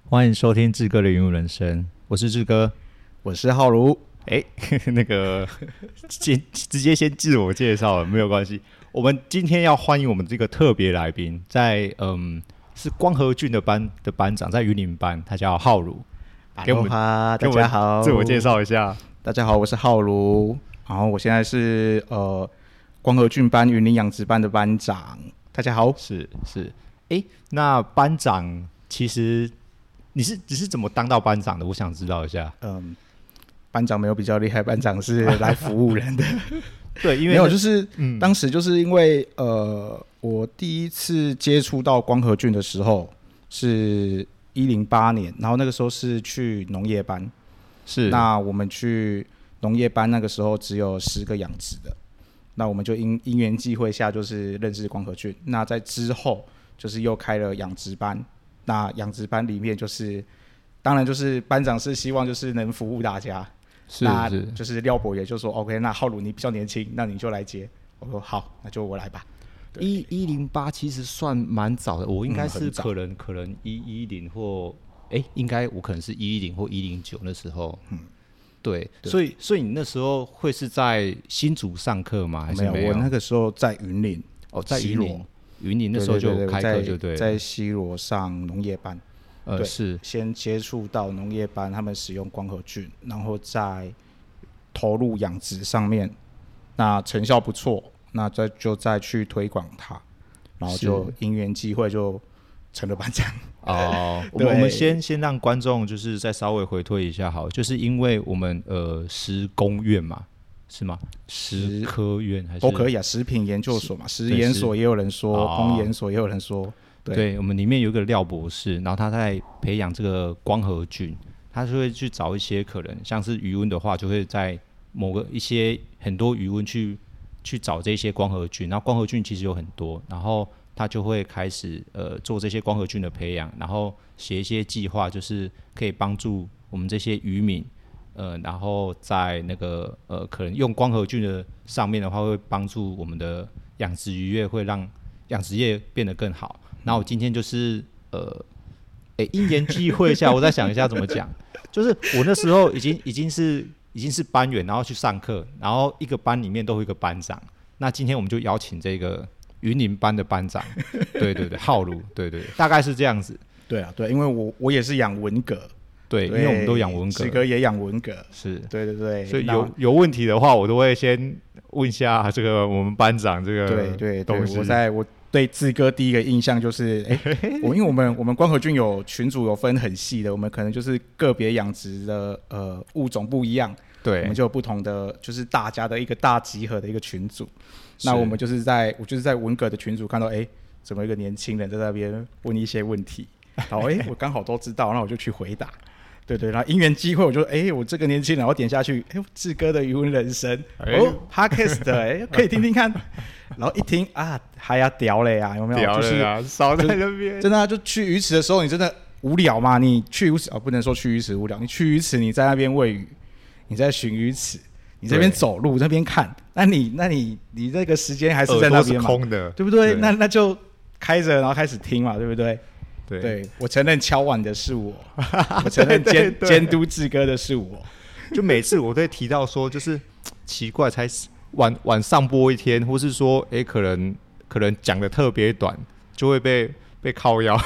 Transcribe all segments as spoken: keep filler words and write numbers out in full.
欢迎收听志哥的云雾人生，我是志哥， 我是浩如。 哎，那个先直接先自我介绍了，没有关系。我们今天要欢迎我们这个特别来宾，在嗯是光和郡的班的班长，在云林班，他叫浩如。 给我们大家好， 自我介绍一下。 大家好，我是浩如，然后我现在是呃光和郡班云林养殖班的班长。大家好， 是是。哎，那班长其实。你是只是怎么当到班长的？我想知道一下。 嗯，班长没有比较厉害，班长是来服务人的。 对，因为没有，就是、 嗯、 当时就是因为呃，我第一次接触到光和郡的时候是一零八年，然后那个时候是去农业班。 是， 那我们去农业班那个时候只有十个养殖的，那我们就因因缘际会下就是认识光和郡。那在之后就是又开了养殖班。那养殖班里面就是，当然就是班长是希望就是能服务大家， 是那就是廖伯也就说 OK， 那浩如你比较年轻，那你就来接。我说好，那就我来吧。 一一零八其实算蛮早的，我应该是可能、 嗯、 可能一一零或哎，应该我可能是一一零或一零九那时候。嗯，对，对所以所以你那时候会是在新竹上课吗？还是没有？ 没有，我那个时候在云林哦，在云林。云林那时候就开课就对了， 在西螺上农业班， 呃是先接触到农业班，他们使用光和菌，然后再投入养殖上面，那成效不错，那再就再去推广它，然后就因缘际会就成了班长。 哦，我们我们先先让观众就是再稍微回推一下好，就是因为我们呃实工院嘛。是吗？食科院还是都可以啊？食品研究所嘛，食研所也有人说，工研所也有人说。对， 对我们里面有一个廖博士，然后他在培养这个光和菌，他就会去找一些可能像是余温的话，就会在某个一些很多余温去去找这些光和菌，然后光和菌其实有很多，然后他就会开始呃做这些光和菌的培养，然后写一些计划，就是可以帮助我们这些渔民。呃，然后在那个呃，可能用光和菌的上面的话，会帮助我们的养殖渔业，会让养殖业变得更好。然后我今天就是呃，哎，因缘际会下，我再想一下怎么讲。就是我那时候已经已经是已经是班员，然后去上课，然后一个班里面都有一个班长。那今天我们就邀请这个云林班的班长，对对对，浩如，对对，大概是这样子。 对啊，对，因为我我也是养文蛤。 对，因为我们都养文蛤， 志哥也养文蛤， 是， 对对对， 所以有有问题的话，我都会先问一下这个我们班长这个对对对，我在我对志哥第一个印象就是，哎，我因为我们我们光和菌有群组有分很细的，我们可能就是个别养殖的呃物种不一样， 对， 我们就有不同的，就是大家的一个大集合的一个群组。那我们就是在我就是在文蛤的群组看到，哎，怎么一个年轻人在那边问一些问题，然后哎，我刚好都知道，那我就去回答。对对，然后因缘机会，我就哎、欸，我这个年轻人，我点下去，哎，志哥的渔文人生，欸、哦 ，Podcast 的，哎，可以听听看。然后一听啊，还要屌嘞啊，有没有？ 屌了啊，少、就是、在那边。 真的、啊，就去鱼池的时候，你真的无聊吗？你去鱼池哦，不能说去鱼池无聊，你去鱼池，你在那边喂鱼，你在寻鱼池，你这边走路，这边看，那你那你你那个时间还是在那边嘛？ 空的， 对不对？对那那就开着，然后开始听嘛，对不对？ 对, 对，我承认敲碗的是我，我承认监监督志哥的是我。 就每次我都会提到说，就是奇怪，才晚晚上播一天，或是说，哎，可能可能讲的特别短，就会被被靠腰。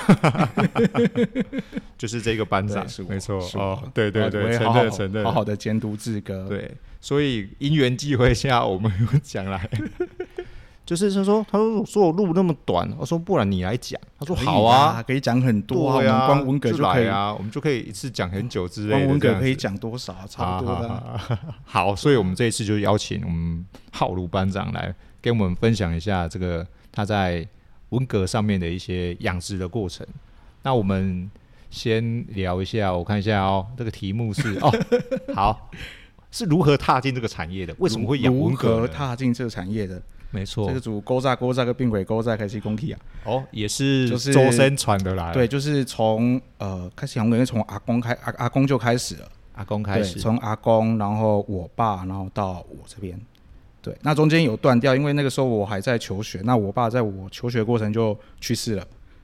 就是这个班长，没错哦，对对对，承认承认， 好好的监督志哥。 对，所以因缘际会下，我们有讲来。就是他说，他说我说我录那么短，我说不然你来讲，他说好啊， 可以讲很多啊， 对啊， 我们光文蛤就可以啊，我们就可以一次讲很久之类的， 光文蛤可以讲多少、啊，差不多的、啊。 好，所以我们这一次就邀请我们浩如班长来跟我们分享一下这个他在文蛤上面的一些养殖的过程。那我们先聊一下，我看一下哦，这个题目是哦，好，是如何踏进这个产业的？为什么会养文蛤？ 如何踏进这个产业的？ 没错， 这个组勾炸勾炸跟并轨勾炸开始公体啊， 哦，也是周深传的来， 对，就是从呃开始养文蛤从阿公开阿阿公就开始了， 阿公开始， 从阿公，然后我爸，然后到我这边，对，那中间有断掉，因为那个时候我还在求学，那我爸在我求学过程就去世了，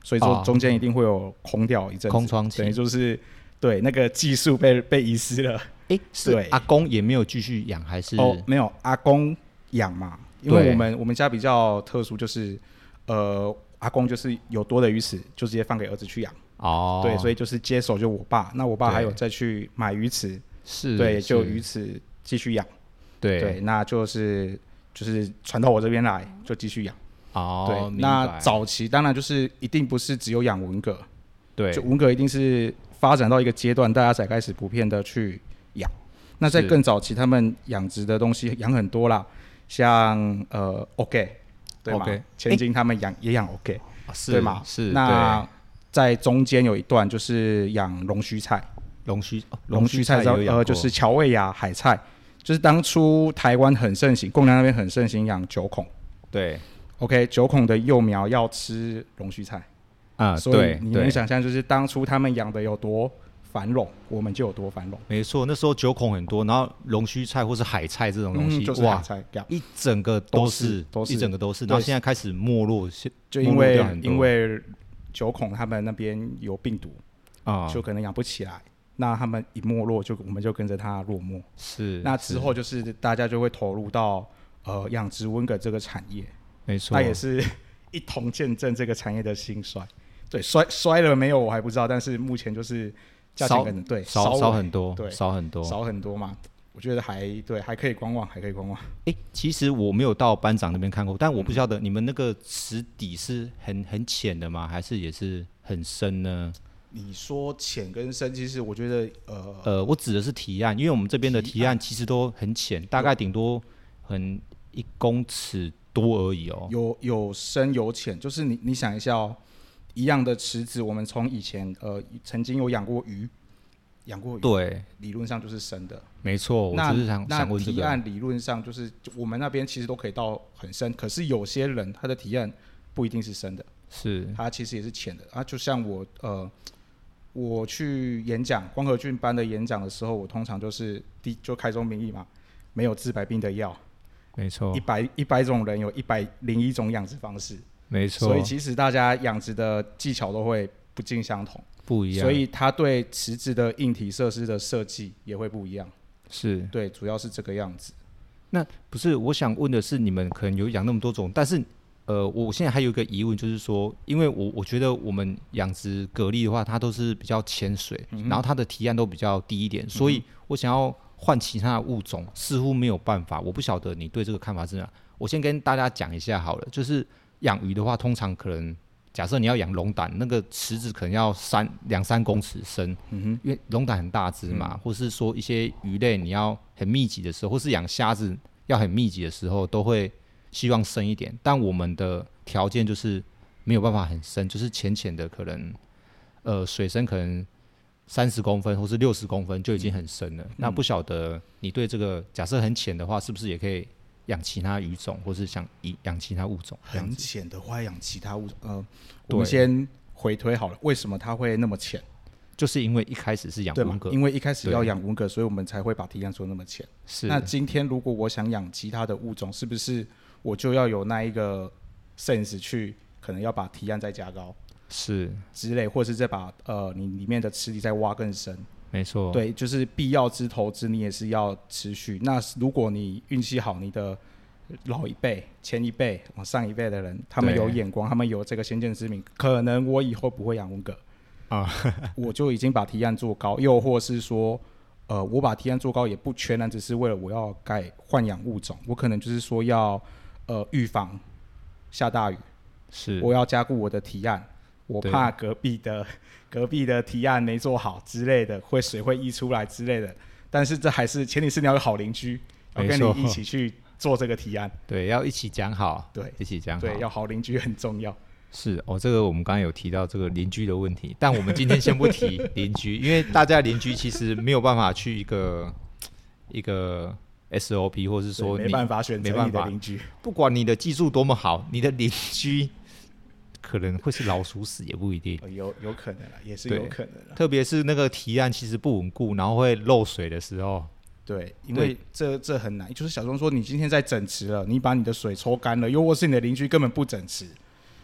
所以说中间一定会有空掉一阵子， 空窗期， 等于就是对那个技术被被遗失了。 哎、欸，是阿公也没有继续养还是？ 哦，没有，阿公养嘛，因为我们我们家比较特殊，就是呃，阿公就是有多的鱼池就直接放给儿子去养。哦，对，所以就是接手就我爸，那我爸还有再去买鱼池， 是， 对，就鱼池继续养。对，对，那就是就是传到我这边来就继续养。哦，对，那早期当然就是一定不是只有养文蛤，对，就文蛤一定是发展到一个阶段，大家才开始普遍的去养。那在更早期，他们养殖的东西养很多啦，像呃 OK， 对吗？ Okay. 千金他们养、欸、也养 OK， 是， 对吗？ 是。 那在中间有一段就是养龙须菜， 龙须龙须菜呃就是乔味亚海菜，就是当初台湾很盛行，贡寮那边很盛行养九孔， 对 ，OK， 九孔的幼苗要吃龙须菜啊， 所以你能想象就是当初他们养的有多繁荣，我们就有多繁荣。 没错，那时候九孔很多，然后龙须菜或是海菜这种东西， 嗯、就是海菜， 一整个都是， 都是一整个都是。然后现在开始没落， 就因为因为九孔他们那边有病毒啊、嗯，就可能养不起来。那他们一没落，就我们就跟着它落寞。 是。 那之后就是大家就会投入到呃养殖文蛤这个产业， 没错， 它也是一同见证这个产业的兴衰。对，衰衰了没有我还不知道，但是目前就是价钱可能对少少很多， 对， 少很多， 少很多嘛。我觉得还对，还可以观望，还可以观望。 哎、欸，其实我没有到班长那边看过，但我不晓得你们那个池底是很很浅的吗？还是也是很深呢？ 你说浅跟深，其实我觉得呃呃，我指的是堤岸，因为我们这边的堤岸其实都很浅，大概顶多很一公尺多而已哦。 有有深有浅，就是你你想一下哦，一样的池子，我们从以前呃曾经有养过鱼。养过鱼， 对， 理论上就是深的， 没错。我只是想想问这个。 那堤岸理论上就是我们那边其实都可以到很深，可是有些人他的堤岸不一定是深的， 是， 他其实也是浅的啊。就像我呃，我去演讲光和郡班的演讲的时候，我通常就是第就开宗明义嘛，没有治百病的药， 没错。 一百一百种人有一百零一种养殖方式， 没错。 所以其实大家养殖的技巧都会不尽相同。 不一样， 所以它对池子的硬体设施的设计也会不一样。 是， 对，主要是这个样子。 那不是我想问的是，你们可能有养那么多种，但是呃，我现在还有一个疑问，就是说，因为我我觉得我们养殖蛤蜊的话，它都是比较浅水、嗯，然后它的堤岸都比较低一点，所以我想要换其他的物种，似乎没有办法。我不晓得你对这个看法是怎样。我先跟大家讲一下好了，就是养鱼的话，通常可能。假设你要养龙胆，那个池子可能要三两三公尺深，嗯、因为龙胆很大只嘛、嗯，或是说一些鱼类你要很密集的时候，或是养虾子要很密集的时候，都会希望深一点。但我们的条件就是没有办法很深，就是浅浅的，可能呃水深可能三十公分或是六十公分就已经很深了。嗯、那不晓得你对这个假设很浅的话，是不是也可以？养其他鱼种，或是想养其他物种。 很浅的话，养其他物种，呃，我们先回推好了，为什么它会那么浅？ 就是因为一开始是养文蛤， 因为一开始要养文蛤，所以我们才会把堤岸做那么浅。是。那今天如果我想养其他的物种，是不是我就要有那一个 sense 去，可能要把堤岸再加高， 是之类，或是再把呃你里面的池底再挖更深。 没错， 对，就是必要之投资，你也是要持续。那如果你运气好，你的老一辈、前一辈、往上一辈的人，他们有眼光，他们有这个先见之明，可能我以后不会养文蛤啊，我就已经把堤岸做高，又或是说，呃，我把堤岸做高也不全然只是为了我要盖豢养物种，我可能就是说要呃预防下大雨， 是， 我要加固我的堤岸。我怕隔壁的隔壁的堤岸没做好之类的，会水会溢出来之类的。但是这还是前提是你要有好邻居，要跟你一起去做这个堤岸。 对，要一起讲好。 对， 一起讲好。 对，要好邻居很重要。 是哦，这个我们刚刚有提到这个邻居的问题，但我们今天先不提邻居，因为大家邻居其实没有办法去一个一个 S O P， 或是说你没办法选择你的邻居， 不管你的技术多么好，你的邻居。可能会是老鼠屎也不一定， 有有可能啦，也是有可能啦。 特别是那个堤岸其实不稳固，然后会漏水的时候， 对，因为这这很难。就是小钟说，你今天在整池了，你把你的水抽干了，又或是你的邻居根本不整池，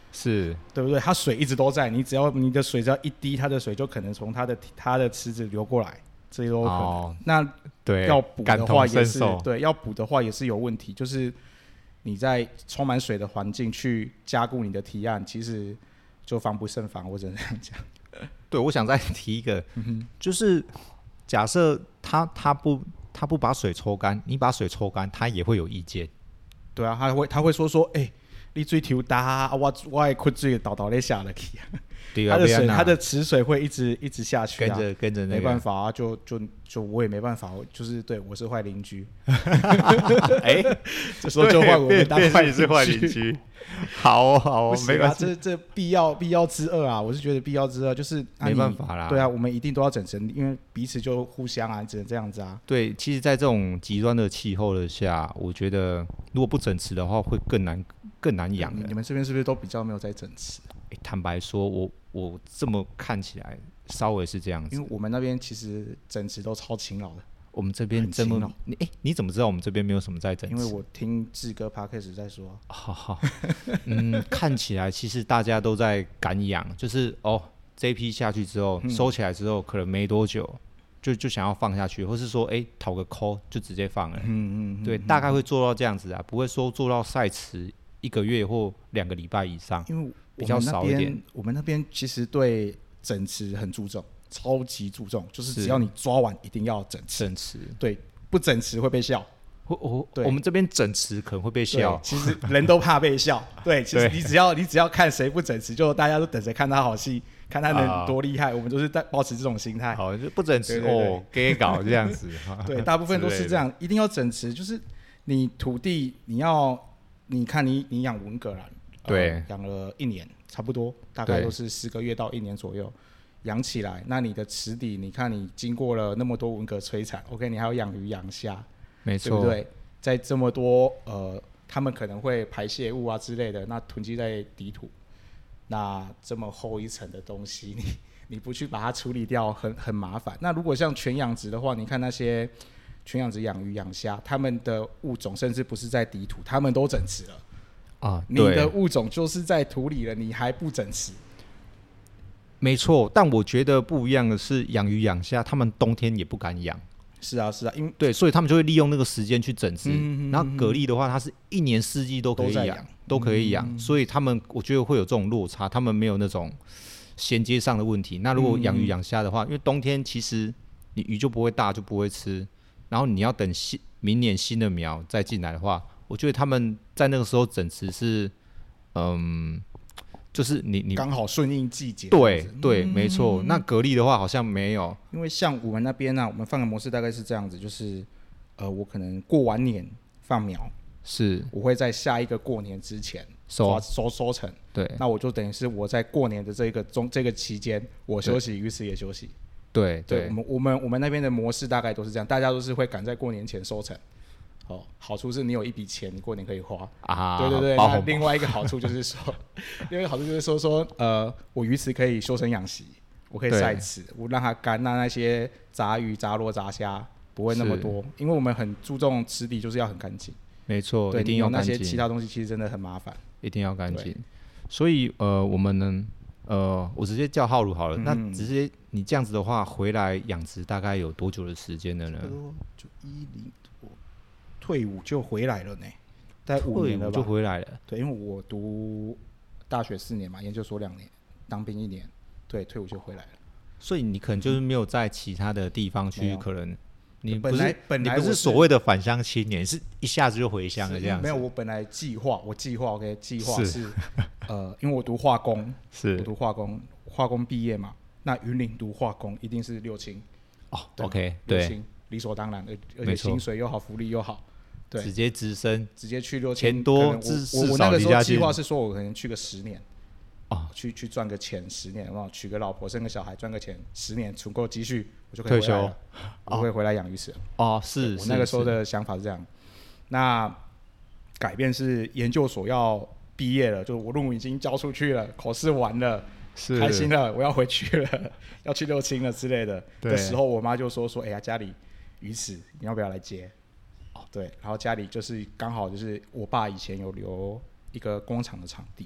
是， 对不对？它水一直都在，你只要你的水只要一滴，它的水就可能从它的它的池子流过来，这些都有可能。哦、那对， 要补的话也是对， 要补的话也是有问题，就是你在充满水的环境去加固你的提案，其实就防不胜防，我只能这样讲。 对，我想再提一个，嗯、就是假设他他不他不把水抽干，你把水抽干，他也会有意见。 对啊，他会他会说说，哎、欸，你水抽大，我我的窟水倒倒咧下了去。 对啊， 它的水，它的池水会一直一直下去、啊， 跟着跟着、那個、 没办法啊，就就就我也没办法，就是对我是坏邻居。哎、欸，这时候就换我们当坏邻居。 好哦好哦， 没关系，这这必要必要之恶啊！我是觉得必要之恶，就是、啊、 没办法啦。 对啊，我们一定都要整成，因为彼此就互相啊，只能这样子啊。 对，其实，在这种极端的气候的下，我觉得如果不整池的话，会更难更难养。 你们这边是不是都比较没有在整池？ 欸、坦白说，我我这么看起来稍微是这样子， 因为我们那边其实整池都超勤劳的。 我们这边这么你哎、欸，你怎么知道我们这边没有什么在整池？ 因为我听志哥 podcast 在说。 好好，嗯，看起来其实大家都在赶养，就是哦，这一批下去之后、嗯、收起来之后，可能没多久就就想要放下去，或是说哎讨个扣就直接放了。嗯嗯，对，大概会做到这样子啊，不会说做到晒池一个月或两个礼拜以上， 因为比较少一点。 我们那边其实对整池很注重。超级注重，就是只要你抓完一定要整池， 整池对，不整池会被笑。 我我我们这边整池可能会被笑， 其实人都怕被笑。对，其实你只要你只要看谁不整池，就大家都等着看他好戏，看他能多厉害。啊、我们都是在保持这种心态。 好，就不整池哦，给搞这样子。 对，大部分都是这样，一定要整池。就是你土地你要，你看你你养文蛤啦， 对， 养、呃、了一年，差不多大概都是十个月到一年左右。养起来，那你的池底，你看你经过了那么多文蛤摧残 ，OK， 你还要养鱼养虾， 没错， 对不对？在这么多呃，他们可能会排泄物啊之类的，那囤积在底土，那这么厚一层的东西，你你不去把它处理掉，很很麻烦。那如果像全养殖的话，你看那些全养殖养鱼养虾，他们的物种甚至不是在底土，他们都整池了啊， 你的物种就是在土里了，你还不整池？ 没错，但我觉得不一样的是，养鱼养虾，他们冬天也不敢养。 是啊，是啊，因为对，所以他们就会利用那个时间去整治。嗯、然后蛤蜊的话，它是一年四季都可以养，都可以养、嗯，所以他们我觉得会有这种落差，他们没有那种衔接上的问题。那如果养鱼养虾的话，因为冬天其实你鱼就不会大，就不会吃，然后你要等新明年新的苗再进来的话，我觉得他们在那个时候整池是，嗯。就是你你刚好顺应季节， 对对，嗯、没错。那蛤蜊的话好像没有， 因为像我们那边呢、啊，我们放的模式大概是这样子，就是呃，我可能过完年放苗， 是我会在下一个过年之前收收收成， 对， 那我就等于是我在过年的这个中这个期间，我休息，鱼池也休息。 对对, 对， 我们我们我们那边的模式大概都是这样，大家都是会赶在过年前收成。哦，好处是你有一笔钱，你过年可以花啊。对对对，那另外一个好处就是说，另外一个好处就是说说，呃，我鱼池可以修身养息，我可以晒池，我让它干，那那些杂鱼、杂螺、杂虾不会那么多，因为我们很注重池底就是要很干净。 没错， 对， 一定要干净。 那些其他东西其实真的很麻烦， 一定要干净。所以呃，我们呢，呃，我直接叫浩儒好了。嗯、那直接你这样子的话，回来养殖大概有多久的时间了呢？ 就一零。退伍就回来了呢，大概五年了吧， 就回来了。 对，因为我读大学四年嘛，研究所两年，当兵一年，对，退伍就回来了。 所以你可能就是没有在其他的地方去，可能你不是本来本来你不是所谓的返乡青年，是一下子就回乡了这样子。 没有，我本来计划，我计划 OK， 计划是, 是呃，因为我读化工， 是我读化工，化工毕业嘛，那云林读化工一定是六轻哦 ，OK， 对，理所当然，而且薪水又好，福利又好。对， 直接直升， 直接去六千，钱多，至少我我那个时候计划是说，我可能去个十年，哦，去去赚个钱十年，然后娶个老婆，生个小孩，赚个钱十年，存够积蓄，我就可以回来了，我就会回来养鱼池。 哦，是， 我那个时候的想法是这样。那改变是研究所要毕业了，就是我论文已经交出去了，考试完了，开心了，我要回去了，要去六轻了之类的的时候，我妈就说说，哎呀，家里鱼池，你要不要来接？对，然后家里就是刚好就是我爸以前有留一个工厂的场地，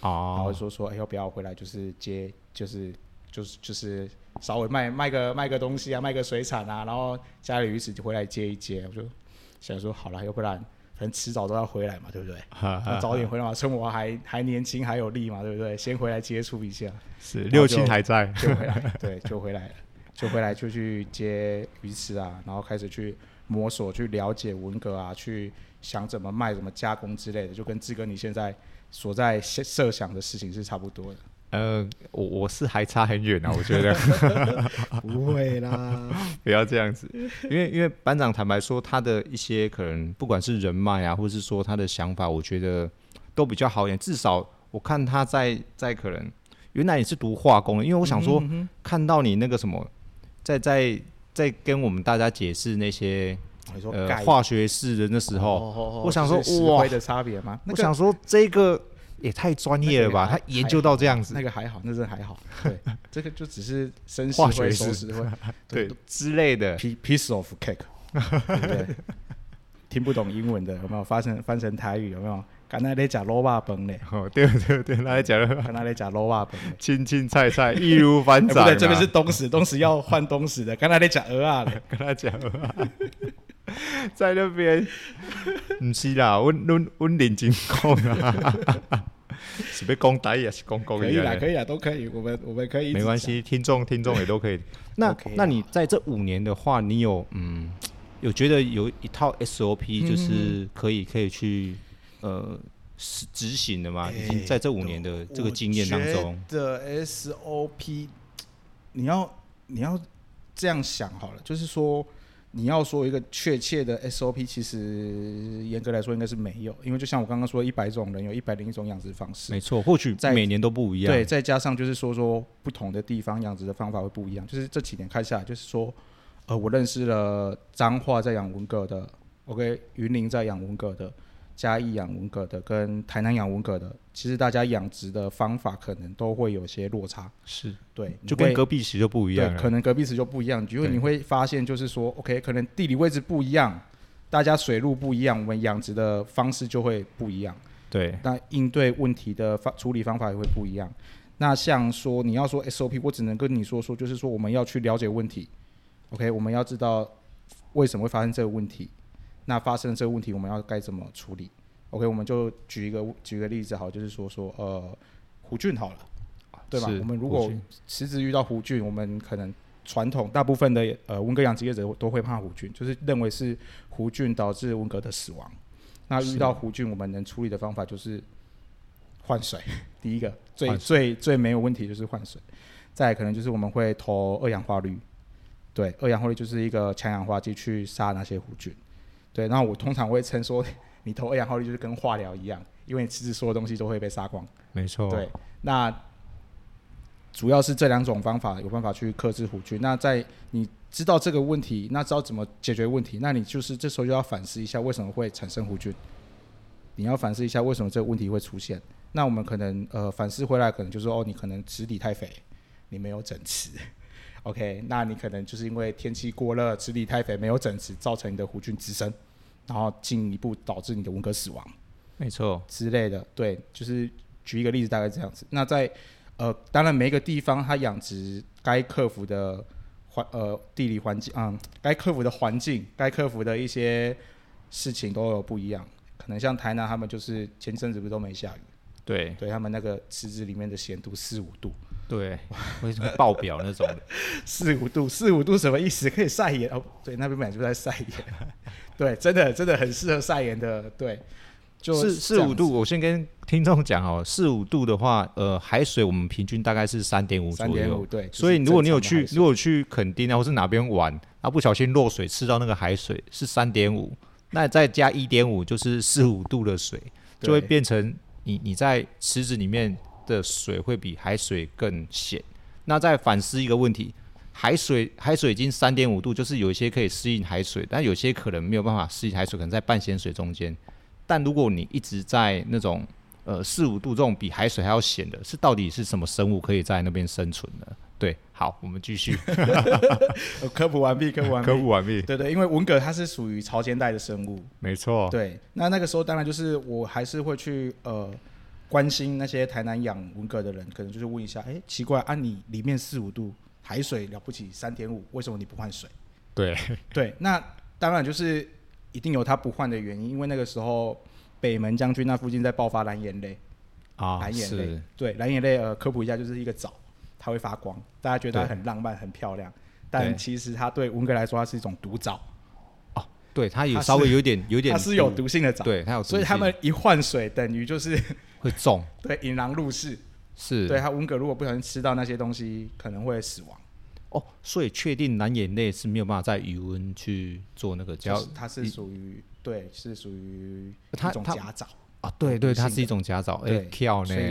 哦， 然后说说哎、欸、要不要回来就是接就是就是就是稍微卖卖个卖个东西啊，卖个水产啊，然后家里鱼池就回来接一接。我就想说好了，要不然反正迟早都要回来嘛，对不对？那早点回来嘛，趁我还还年轻还有力嘛，对不对？先回来接触一下， 是六亲还在， 就回来，对，就回来了，就回来就去接鱼池啊，然后开始去摸索、去了解文蛤啊，去想怎么卖、怎么加工之类的，就跟志哥你现在所在设想的事情是差不多的。 呃，我我是还差很远啊，我觉得不会啦， 不要这样子，因为因为班长坦白说，他的一些可能不管是人脉啊，或是说他的想法，我觉得都比较好一点。至少我看他在在可能原来你是读化工的，因为我想说、嗯嗯、看到你那个什么，在在在跟我们大家解释那些。呃，化学式的那时候，哦哦哦我想说，哇， 的差别吗？ 我想说这个也太专业了吧？他研究到这样子， 那个还好，那真的还好。对，这个就只是生化学式对之类的 ，piece of cake， 对不对？听不懂英文的有没有？翻成翻成台语有没有？刚才在讲萝卜饭嘞， 哦，对对对，那在讲， 刚才在讲萝卜饭， 青青菜菜易如反掌、啊。 不对，这边是东石，东石要换东石的。刚才在讲鹅啊嘞， 跟他讲鹅啊。在那边，不是啦，我我我认真讲啊，是要讲台语还是讲国语？ 可以啦，可以啦，都可以，我们我们可以， 没关系，听众听众也都可以。那、okay、那你在这五年的话，你有嗯有觉得有一套 S O P 就是可以、嗯、可以去呃执行的吗？欸、已经在这五年的这个经验当中， 我觉得 S O P 你要你要这样想好了，就是说。你要说一个确切的 S O P， 其实严格来说应该是没有，因为就像我刚刚说，一百种人有一百零一种养殖方式， 没错，或许每年都不一样。 对，再加上就是说说不同的地方养殖的方法会不一样。就是这几年看下来，就是说，呃，我认识了彰化在养文蛤的 ，OK， 云林在养文蛤的，嘉义养文蛤的，跟台南养文蛤的，其实大家养殖的方法可能都会有些落差。 是， 对， 就跟隔壁池就不一样了。 对，可能隔壁池就不一样，因为你会发现就是说 ，OK， 可能地理位置不一样，大家水路不一样，我们养殖的方式就会不一样。 对， 那应对问题的处理方法也会不一样。那像说你要说 S O P， 我只能跟你说说，就是说我们要去了解问题 ，OK， 我们要知道为什么会发生这个问题，那发生这个问题我们要该怎么处理。OK， 我们就举一个举一个例子好，就是说说呃弧菌好了，对吧？我们如果池子遇到弧菌，我们可能传统大部分的呃文蛤养殖业者都会怕弧菌，就是认为是弧菌导致文蛤的死亡。那遇到弧菌，我们能处理的方法就是换水，第一个最最最没有问题就是换水。再来可能就是我们会投二氧化氯，对，二氧化氯就是一个强氧化剂去杀那些弧菌。对，然后我通常会称说。你投二氧化氯就是跟化疗一样，因为你池子所有东西都会被杀光。 没错。 对，那主要是这两种方法有办法去克制弧菌。那在你知道这个问题，那知道怎么解决问题，那你就是这时候就要反思一下为什么会产生弧菌。你要反思一下为什么这个问题会出现。那我们可能呃反思回来，可能就是说哦，你可能池底太肥，你没有整池。OK， 那你可能就是因为天气过热，池底太肥没有整池，造成你的弧菌滋生。然后进一步导致你的文蛤死亡， 没错之类的，对，就是举一个例子，大概这样子。那在呃，当然每一个地方它养殖该克服的环呃地理环境，嗯，该克服的环境，该克服的一些事情都有不一样。可能像台南，他们就是前阵子不都没下雨， 对， 对他们那个池子里面的咸度四五度， 对，为什么爆表那种的？ 四五度，四五度什么意思？可以晒盐哦，对，那边本来就在晒盐。对，真的真的很适合晒盐的，对， 就是四五度。我先跟听众讲哦，四五度的话，呃，海水我们平均大概是三点五左右，三点五对。 所以如果你有去，如果去垦丁啊，或是哪边玩，啊不小心落水吃到那个海水是三点五，那再加一点五就是四五度的水，就会变成你你在池子里面的水会比海水更咸。那再反思一个问题。海水海水已经三点五度，就是有一些可以适应海水，但有些可能没有办法适应海水，可能在半咸水中间。但如果你一直在那种呃四五度这种比海水还要咸的，是到底是什么生物可以在那边生存的？对，好，我们继续。 科普完毕，科普完毕， 科普完毕。 对对，因为文蛤它是属于潮间带的生物， 没错。 对，那那个时候当然就是我还是会去呃关心那些台南养文蛤的人，可能就是问一下，哎，奇怪，啊你里面四五度海水了不起三点五，为什么你不换水？ 对对，那当然就是一定有他不换的原因，因为那个时候北门将军那附近在爆发蓝眼泪啊， 蓝眼泪，对，蓝眼泪呃科普一下，就是一个藻，它会发光，大家觉得它很浪漫很漂亮，但其实它对文蛤来说，它是一种毒藻。 哦，对，它有稍微有点有点， 它是有毒性的藻， 对，它有毒性， 所以他们一换水，等于就是会中， 对，引狼入室， 是， 对，它文蛤如果不小心吃到那些东西，可能会死亡。 哦，所以确定蓝眼泪是没有办法在余温去做那个，只要、 就是、它是属于对，是属于一种假藻啊，对对，它是一种假藻，哎，跳呢，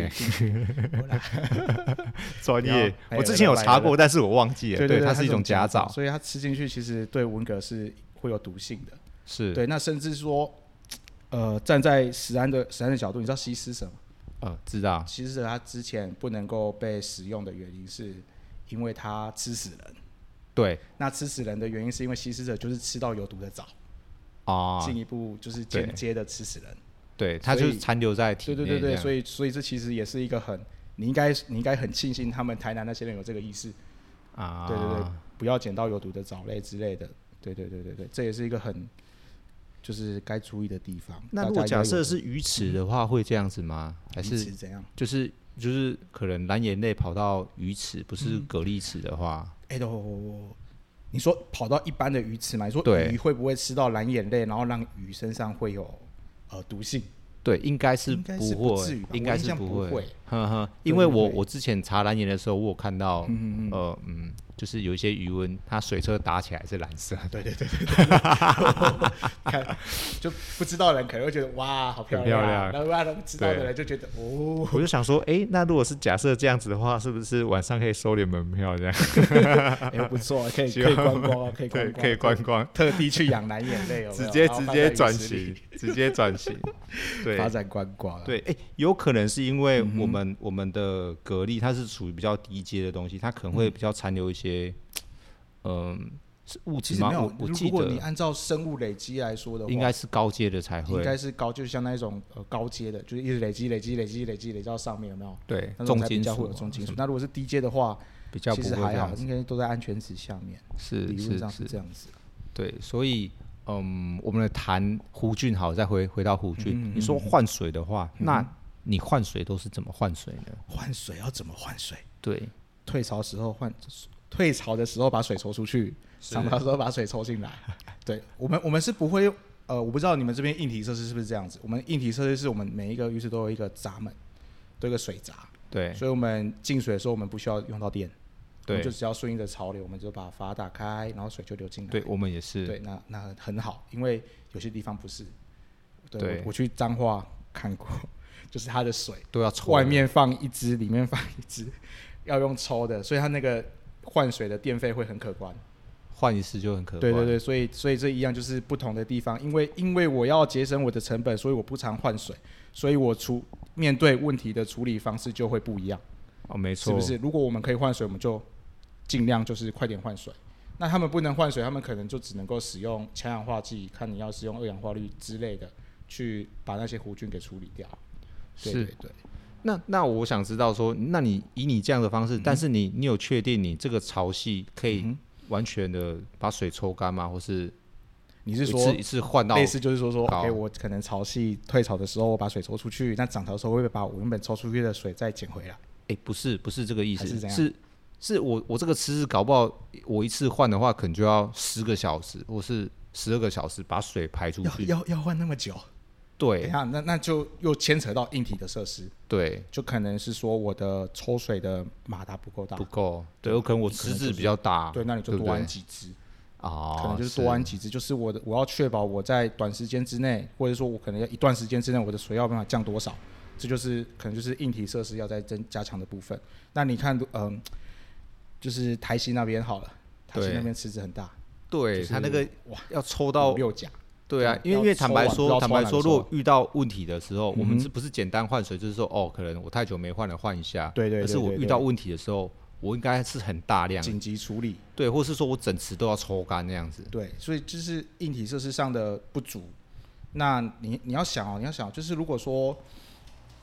专业，我之前有查过，但是我忘记了，对， 对对对， 它是一种假藻， 所以它吃进去其实对文蛤是会有毒性的， 是对，那甚至说，呃，站在食安的食安的角度，你知道西施蛇吗？ 呃，知道， 西施蛇它之前不能够被使用的原因是。因为它吃死人， 对， 那吃死人的原因是因为吸食者就是吃到有毒的藻， 啊， 进一步就是间接的吃死人， 对，它就是残留在体内， 对对对对，所以所以这其实也是一个很，你应该你应该很庆幸他们台南那些人有这个意识啊，对对对，不要捡到有毒的藻类之类的，对对对对对，这也是一个很就是该注意的地方。 那如果假设是鱼池的话，会这样子吗？还是怎样？ 就是就是可能蓝眼泪跑到鱼池，不是蛤蜊池的话， 哎、嗯，欸、你说跑到一般的鱼池嘛？你说鱼会不会吃到蓝眼泪，然后让鱼身上会有呃毒性？ 对，应该是不会，应该是不会，呵呵，因为我我之前查蓝眼的时候，我有看到，嗯嗯呃嗯，就是有一些鱼温，它水车打起来是蓝色， 对对对对对，看就不知道的人可能会觉得哇好漂亮，然后让知道的人就觉得哦， 我就想说，哎、欸，那如果是假设这样子的话，是不是晚上可以收点门票这样？ 哎、欸，不错，可以可以观光啊，可以观光， 可以观光， 特地去养蓝眼泪， 直接直接转型，直接转型，对。 发展观光， 对，哎、欸，有可能是因为我们、嗯、我们的蛤蜊它是属于比较低阶的东西，它可能会比较残留一些，嗯、呃，物质吗？我我记得， 如果你按照生物累积来说的话， 应该是高阶的才会， 应该是高，就像那种呃高阶的，就是一直累积、累积、累积、累积、累积到上面，有没有？ 对， 重金属会有重金属。那如果是低阶的话， 比较其实还好，应该都在安全值下面， 是理论上是这样子。 对，所以。嗯，我们来谈湖菌好，再回回到湖菌。嗯嗯嗯，你说换水的话，嗯、那你换水都是怎么换水呢？ 换水要怎么换水？ 对， 退潮时候换，退潮的时候把水抽出去，涨潮的时候把水抽进来。对，我们我们是不会，呃，我不知道你们这边硬体设施是不是这样子。我们硬体设施是我们每一个浴室都有一个闸门，都有一个水闸。 对， 所以我们进水的时候，我们不需要用到电。 对， 我们就只要顺应着潮流，我们就把阀打开，然后水就流进来。 对，我们也是。 对，那那很好，因为有些地方不是。对，对 我, 我去彰化看过，就是它的水都要抽， 外面放一支，里面放一支，要用抽的，所以它那个换水的电费会很可观。 换一次就很可观。 对对对，所以所以这一样就是不同的地方，因为因为我要节省我的成本，所以我不常换水，所以我处面对问题的处理方式就会不一样。 哦，没错， 是不是？如果我们可以换水，我们就尽量就是快点换水。那他们不能换水，他们可能就只能够使用强氧化剂，看你要使用二氧化氯之类的，去把那些弧菌给处理掉。对对对。 那那我想知道说，那你以你这样的方式，嗯、但是你你有确定你这个潮汐可以完全的把水抽干吗？或是你是说一次一次换到类似就是说说 ，OK， 我可能潮汐退潮的时候，我把水抽出去，那涨潮的时候会不会把我原本抽出去的水再捡回来？ 哎、欸，不是，不是这个意思， 是是是我我这个池子搞不好，我一次换的话，可能就要十个小时，或是十二个小时把水排出去， 要要要换那么久？ 对， 等一下，那那就又牵扯到硬体的设施， 对， 就可能是说我的抽水的马达不够大， 不够，对，有可能我池子比较大， 对，那你就多安几支。 哦， 可能就是多安几支，就是我的我要确保我在短时间之内，或者说我可能要一段时间之内，我的水要办法降多少。这就是可能就是硬体设施要再增加强的部分。那你看，嗯、呃，就是台西那边好了，台西那边池子很大， 对， 就是、 它那个哇要抽到六甲， 对啊，因为因为坦白说，坦白说，如果遇到问题的时候，嗯、我们是不是简单换水，就是说哦，可能我太久没换了，换一下， 对 对, 对, 对, 对, 对， 而是我遇到问题的时候，我应该是很大量紧急处理， 对，或是说我整池都要抽干那样子， 对，所以就是硬体设施上的不足。那你你要想哦，你要想，就是如果说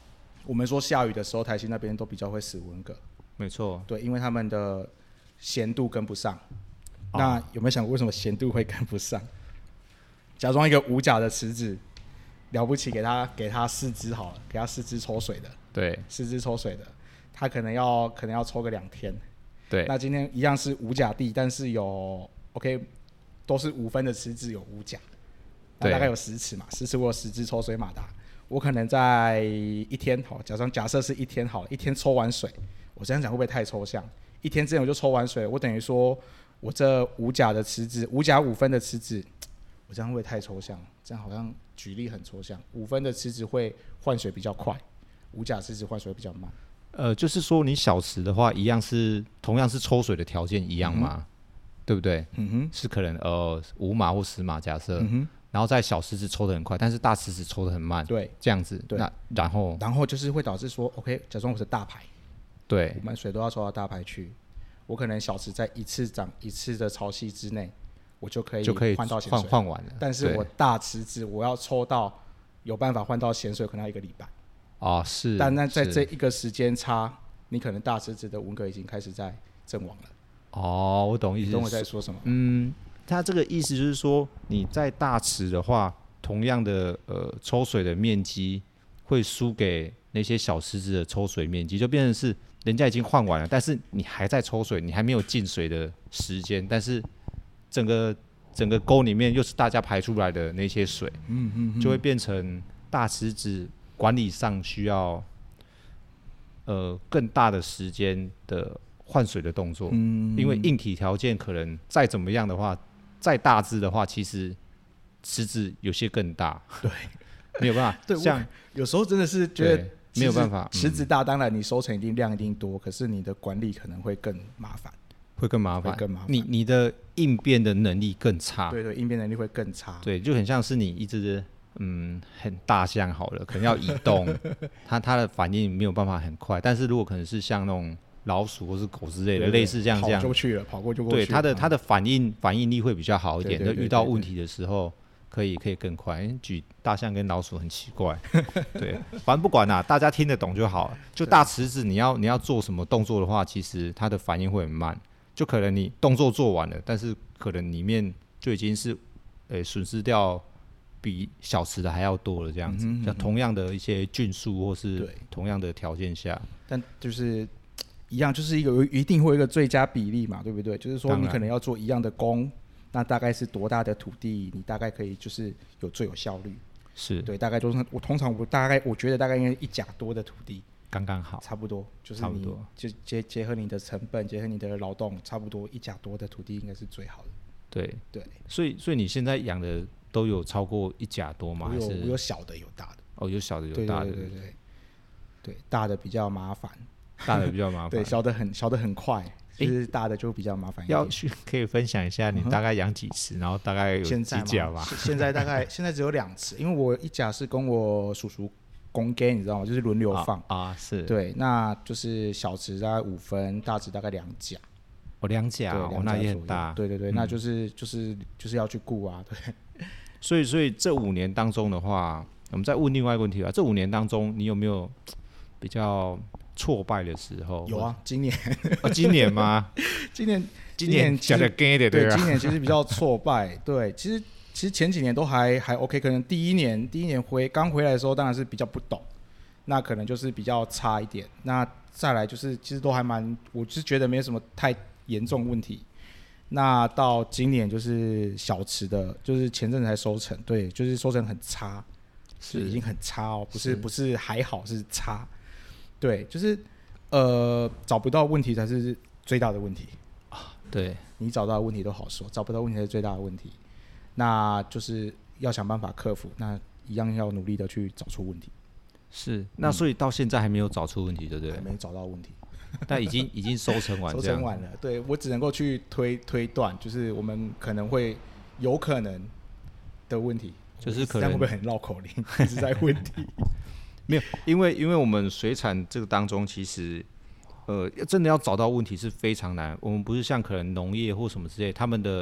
我们说下雨的时候，台西那边都比较会死文蛤。 没错。 对，因为他们的咸度跟不上。 哦、 那有没有想过为什么咸度会跟不上？假装一个五甲的池子，了不起给他给他四支好了，给他四支抽水的。 对， 四支抽水的，他可能要可能要抽个两天。 对， 那今天一样是五甲地，但是有 OK 都是五分的池子有五甲，那大概有十尺嘛，十尺我有十支抽水马达，我可能在一天好，假装假设是一天好了，一天抽完水，我这样讲会不会太抽象？一天之内我就抽完水，我等于说我这五甲的池子，五甲五分的池子，我这样会不会太抽象？这样好像举例很抽象。五分的池子会换水比较快，五甲池子换水比较慢。 呃，就是说你小池的话，一样是同样是抽水的条件一样吗？嗯、对不对？ 嗯哼， 是可能呃五码或十码假设， 嗯哼， 然后在小池子抽得很快，但是大池子抽得很慢， 对， 这样子， 对， 那然后然后就是会导致说 ，OK， 假装我是大排， 对， 我们水都要抽到大排去，我可能小池在一次涨一次的潮汐之内，我就可以就可以换到咸水， 换完了。 但是我大池子我要抽到有办法换到咸水，可能要一个礼拜。 哦，是。 但那在这一个时间差，你可能大池子的文蛤已经开始在阵亡了。 哦，我懂意思。 你懂我在说什么？ 嗯，他这个意思就是说，你在大池的话，同样的呃抽水的面积会输给那些小池子的抽水面积，就变成是人家已经换完了，但是你还在抽水，你还没有进水的时间，但是整个整个沟里面又是大家排出来的那些水， 嗯嗯嗯， 就会变成大池子管理上需要呃更大的时间的换水的动作，嗯，因为硬体条件可能再怎么样的话，再大只的话，其实池子有些更大， 对， 没有办法， 对，像有时候真的是觉得没有办法， 池子大，当然你收成一定量一定多，可是你的管理可能会更麻烦， 会更麻烦， 会更麻烦， 你你的应变的能力更差， 对对，应变能力会更差， 对，就很像是你一只嗯很大象好了，可能要移动，它它的反应没有办法很快，但是如果可能是像那种老鼠或是狗之类的，对对对，类似这样这样， 跑就去了，跑过就过去了， 对，它的它的反应反应力会比较好一点， 对对对对对， 遇到问题的时候可以可以更快。举大象跟老鼠很奇怪，对，反正不管啦，大家听得懂就好了。就大池子，你要你要做什么动作的话，其实它的反应会很慢，就可能你动作做完了，但是可能里面就已经是呃损失掉比小池的还要多了这样子。嗯哼嗯哼，像同样的一些菌数或是同样的条件下， 但就是一样，就是一个一定会有一个最佳比例嘛，对不对？就是说你可能要做一样的工，那大概是多大的土地，你大概可以就是有最有效率。 是对，大概就是我通常我大概我觉得大概应该一甲多的土地刚刚好， 差不多，就是你就结结合你的成本，结合你的劳动，差不多一甲多的土地应该是最好的。 对对， 所以所以你现在养的都有超过一甲多吗？ 我有还是我有小的有大的。 哦，有小的有大的， 对对对对对，对大的比较麻烦， 大的比较麻烦， 对小的很小的很快。就是大的就比较麻烦一点。 要去可以分享一下你大概养几池，嗯、然后大概有几甲吧？ 现在大概现在只有两池，因为我一甲是跟我叔叔公给，你知道吗？就是轮流放啊, 啊，是对，那就是小池大概五分，大池大概两甲。 哦，两甲，哦，那也很大。 对对对，嗯、那就是就是就是要去顾啊，对。 所以所以这五年当中的话，我们再问另外一个问题吧。这五年当中，你有没有比较挫败的时候？ 有啊，今年。 哦，今年吗？ 今年今年讲的给的对啊。今年其实比较挫败，对，其实其实前几年都还还 OK， 可能第一年第一年回刚回来的时候，当然是比较不懂，那可能就是比较差一点。那再来就是其实都还蛮，我是觉得没有什么太严重问题。那到今年就是小池的，就是前阵子才收成，对，就是收成很差，是已经很差哦，不是不是还好，是差，对，就是呃找不到问题才是最大的问题啊，对， 你找到的问题都好说，找不到问题才是最大的问题，那就是要想办法克服，那一样要努力的去找出问题。 是，那所以到现在还没有找出问题，对不对？ 还没找到问题。 但已经已经收成完， 收成完了。对，我只能够去推推断，就是我们可能会有可能的问题， 就是可能会不会很绕口令，一直在问题？ 没有，因为因为我们水产这个当中，其实呃真的要找到问题是非常难。我们不是像可能农业或什么之类，他们的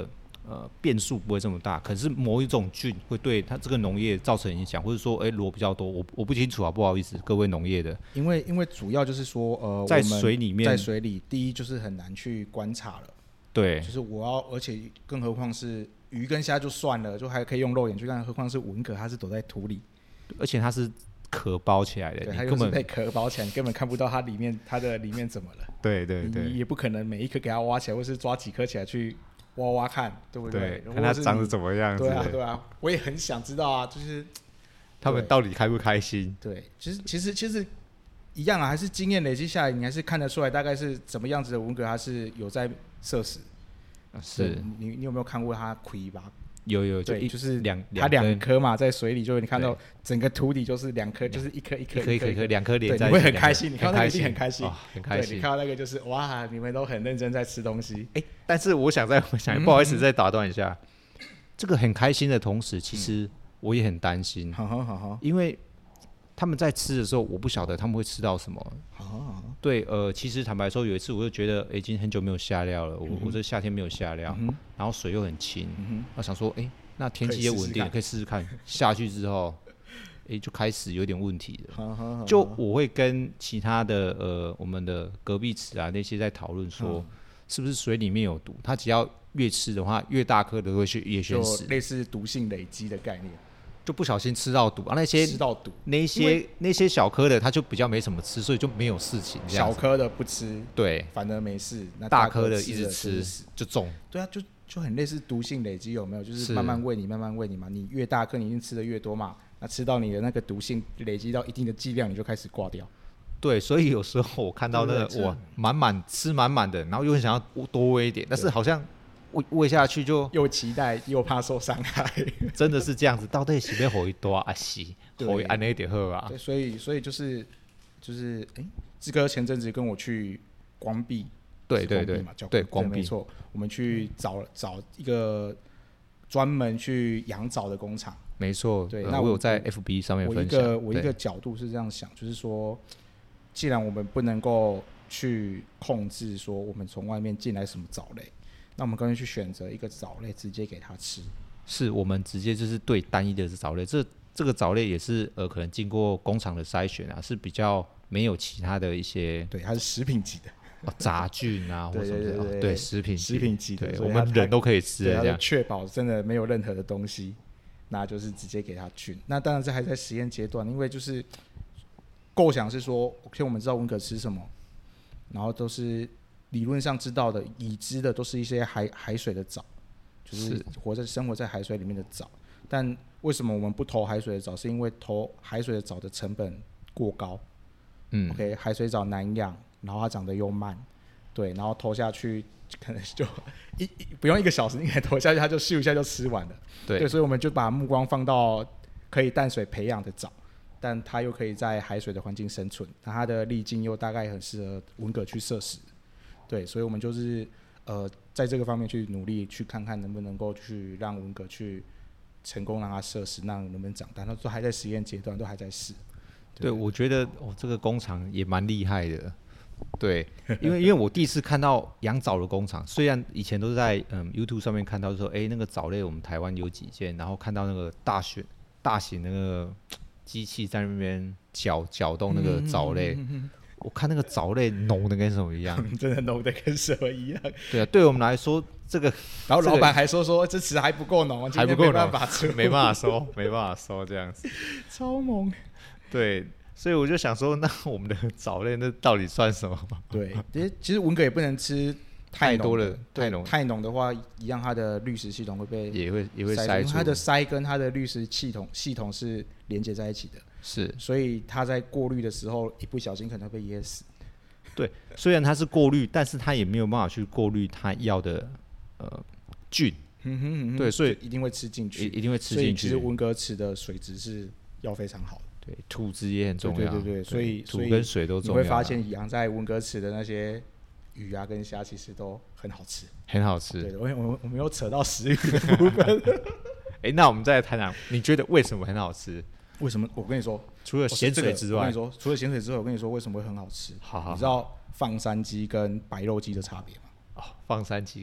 呃变数不会这么大，可是某一种菌会对它这个农业造成影响，或者说哎螺比较多，我我不清楚啊，不好意思，各位农业的。 因为因为主要就是说呃在水里面， 在水里第一就是很难去观察了， 对， 就是我要，而且更何况是鱼跟虾就算了，就还可以用肉眼去看，何况是文蛤，它是躲在土里， 而且它是壳包起来的， 对， 你根本它就是被壳包起来，你根本看不到它里面它的里面怎么了。 对对对， 你也不可能每一颗给它挖起来，或是抓几颗起来去挖挖看，对不对？ 对，看它长得怎么样。 对啊对啊，我也很想知道啊，就是他们到底开不开心？ 对，其实其实其实一样啊，还是经验累积下来，你还是看得出来大概是怎么样子的文蛤，它是有在摄食。 是你你有没有看过它亏吧？ 有有，就对，就是两它两颗嘛，在水里，就你看到整个土底就是两颗，就是一颗一颗一颗一颗两颗连在一起， 你会很开心，你看到那个一定很开心， 很开心。 你看到那个就是哇，你们都很认真在吃东西。 哎，但是我想再我想，不好意思再打断一下，这个很开心的同时，其实我也很担心， 好好好好， 因为他们在吃的时候，我不晓得他们会吃到什么。 好， 对，呃，其实坦白说，有一次我就觉得、欸、已经很久没有下料了，我、嗯、我这夏天没有下料、嗯，然后水又很清，嗯、我想说，哎、欸，那天气也稳定，可以试试看。下去之后，哎、欸，就开始有点问题了。好好好，就我会跟其他的呃我们的隔壁池啊那些在讨论说，是不是水里面有毒？它只要越吃的话，越大颗的会去越先死， 类似毒性累积的概念。 就不小心吃到毒啊，那些吃到毒， 那些那些小颗的，它就比较没什么吃，所以就没有事情。 小颗的不吃， 对， 反而没事。那大颗的一直吃就中。 对啊，就就很类似毒性累积，有没有？就是慢慢喂你，慢慢喂你嘛。你越大颗，你一定吃的越多嘛。那吃到你的那个毒性累积到一定的剂量，你就开始挂掉。 对，所以有时候我看到那个哇，满满吃满满的，然后又很想要多喂一点，但是好像。喂喂下去就又期待又怕受伤害， 真的是这样子。到底是要给它多啊是，给它安那一点好啊。 对，所以所以就是就是哎，志哥前阵子跟我去光壁， 对对对，对光壁没错，我们去找找一个专门去养藻的工厂， 没错。 对， 呃、 那我有在 F B 上面分享。 我一个我一个角度是这样想，就是说，既然我们不能够去控制说我们从外面进来什么藻类。那我们干脆去选择一个藻类，直接给它吃。 是我们直接就是对单一的藻类，这这个藻类也是呃可能经过工厂的筛选啊，是比较没有其他的一些， 对，它是食品级的、 哦、杂菌啊或什么的， 对对 对, 对, 对, 对食品食品级的， 对我们人都可以吃的这样， 确保真的没有任何的东西，那就是直接给它菌。那当然这还在实验阶段，因为就是构想是说，像我们知道文蛤吃什么，然后都是。理论上知道的、已知的，都是一些海海水的藻，就是活在生活在海水里面的藻。但为什么我们不投海水的藻？是因为投海水的藻的成本过高。嗯 ，OK， 海水藻难养，然后它长得又慢，对，然后投下去可能就一一不用一个小时，你可能投下去它就咻一下就吃完了。 对， 对，所以我们就把目光放到可以淡水培养的藻，但它又可以在海水的环境生存，那它的粒径又大概很适合文蛤去摄食。对，所以我们就是呃，在这个方面去努力，去看看能不能够去让文蛤去成功让它摄食，让能不能长大，那都还在实验阶段，都还在试。 对，我觉得哦，这个工厂也蛮厉害的。对，因为因为我第一次看到养藻的工厂，虽然以前都是在嗯 YouTube 上面看到说，哎，那个藻类我们台湾有几件，然后看到那个大型大型那个机器在那边搅搅动那个藻类。嗯嗯嗯嗯嗯我看那个藻类浓的跟什么一样， 真的浓的跟什么一样。 对啊，对我们来说，这个， 然后老板还说说这词还不够浓， 还不够浓， 没办法出， 没办法收，没办法收这样子， 超猛。 对，所以我就想说，那我们的藻类那到底算什么？ 对，其实其实文蛤也不能吃太多了，太浓， 太浓的话，一样它的滤食系统会被也会也会筛出， 它的鳃跟它的滤食系统系统是连接在一起的。 是， 所以它在过滤的时候，一不小心可能会被噎死。 对，虽然它是过滤，但是它也没有办法去过滤它要的呃菌。 嗯哼嗯哼， 对，所以一定会吃进去， 一定会吃进去。 所以其实文蛤池的水质是要非常好的。 对，土质也很重要。 对对 对, 对，所以土跟水都重要。 你会发现养在文蛤池的那些鱼啊跟虾，其实都很好吃， 很好吃。 对，我我我们又扯到食欲的部分。 哎，那我们再来谈谈，你觉得为什么很好吃？ 为什么？我跟你说， 除了咸水之外， 我跟你说，除了咸水之外，我跟你说为什么会很好吃？ 好好好， 你知道放山鸡跟白肉鸡的差别吗？ 哦，放山鸡，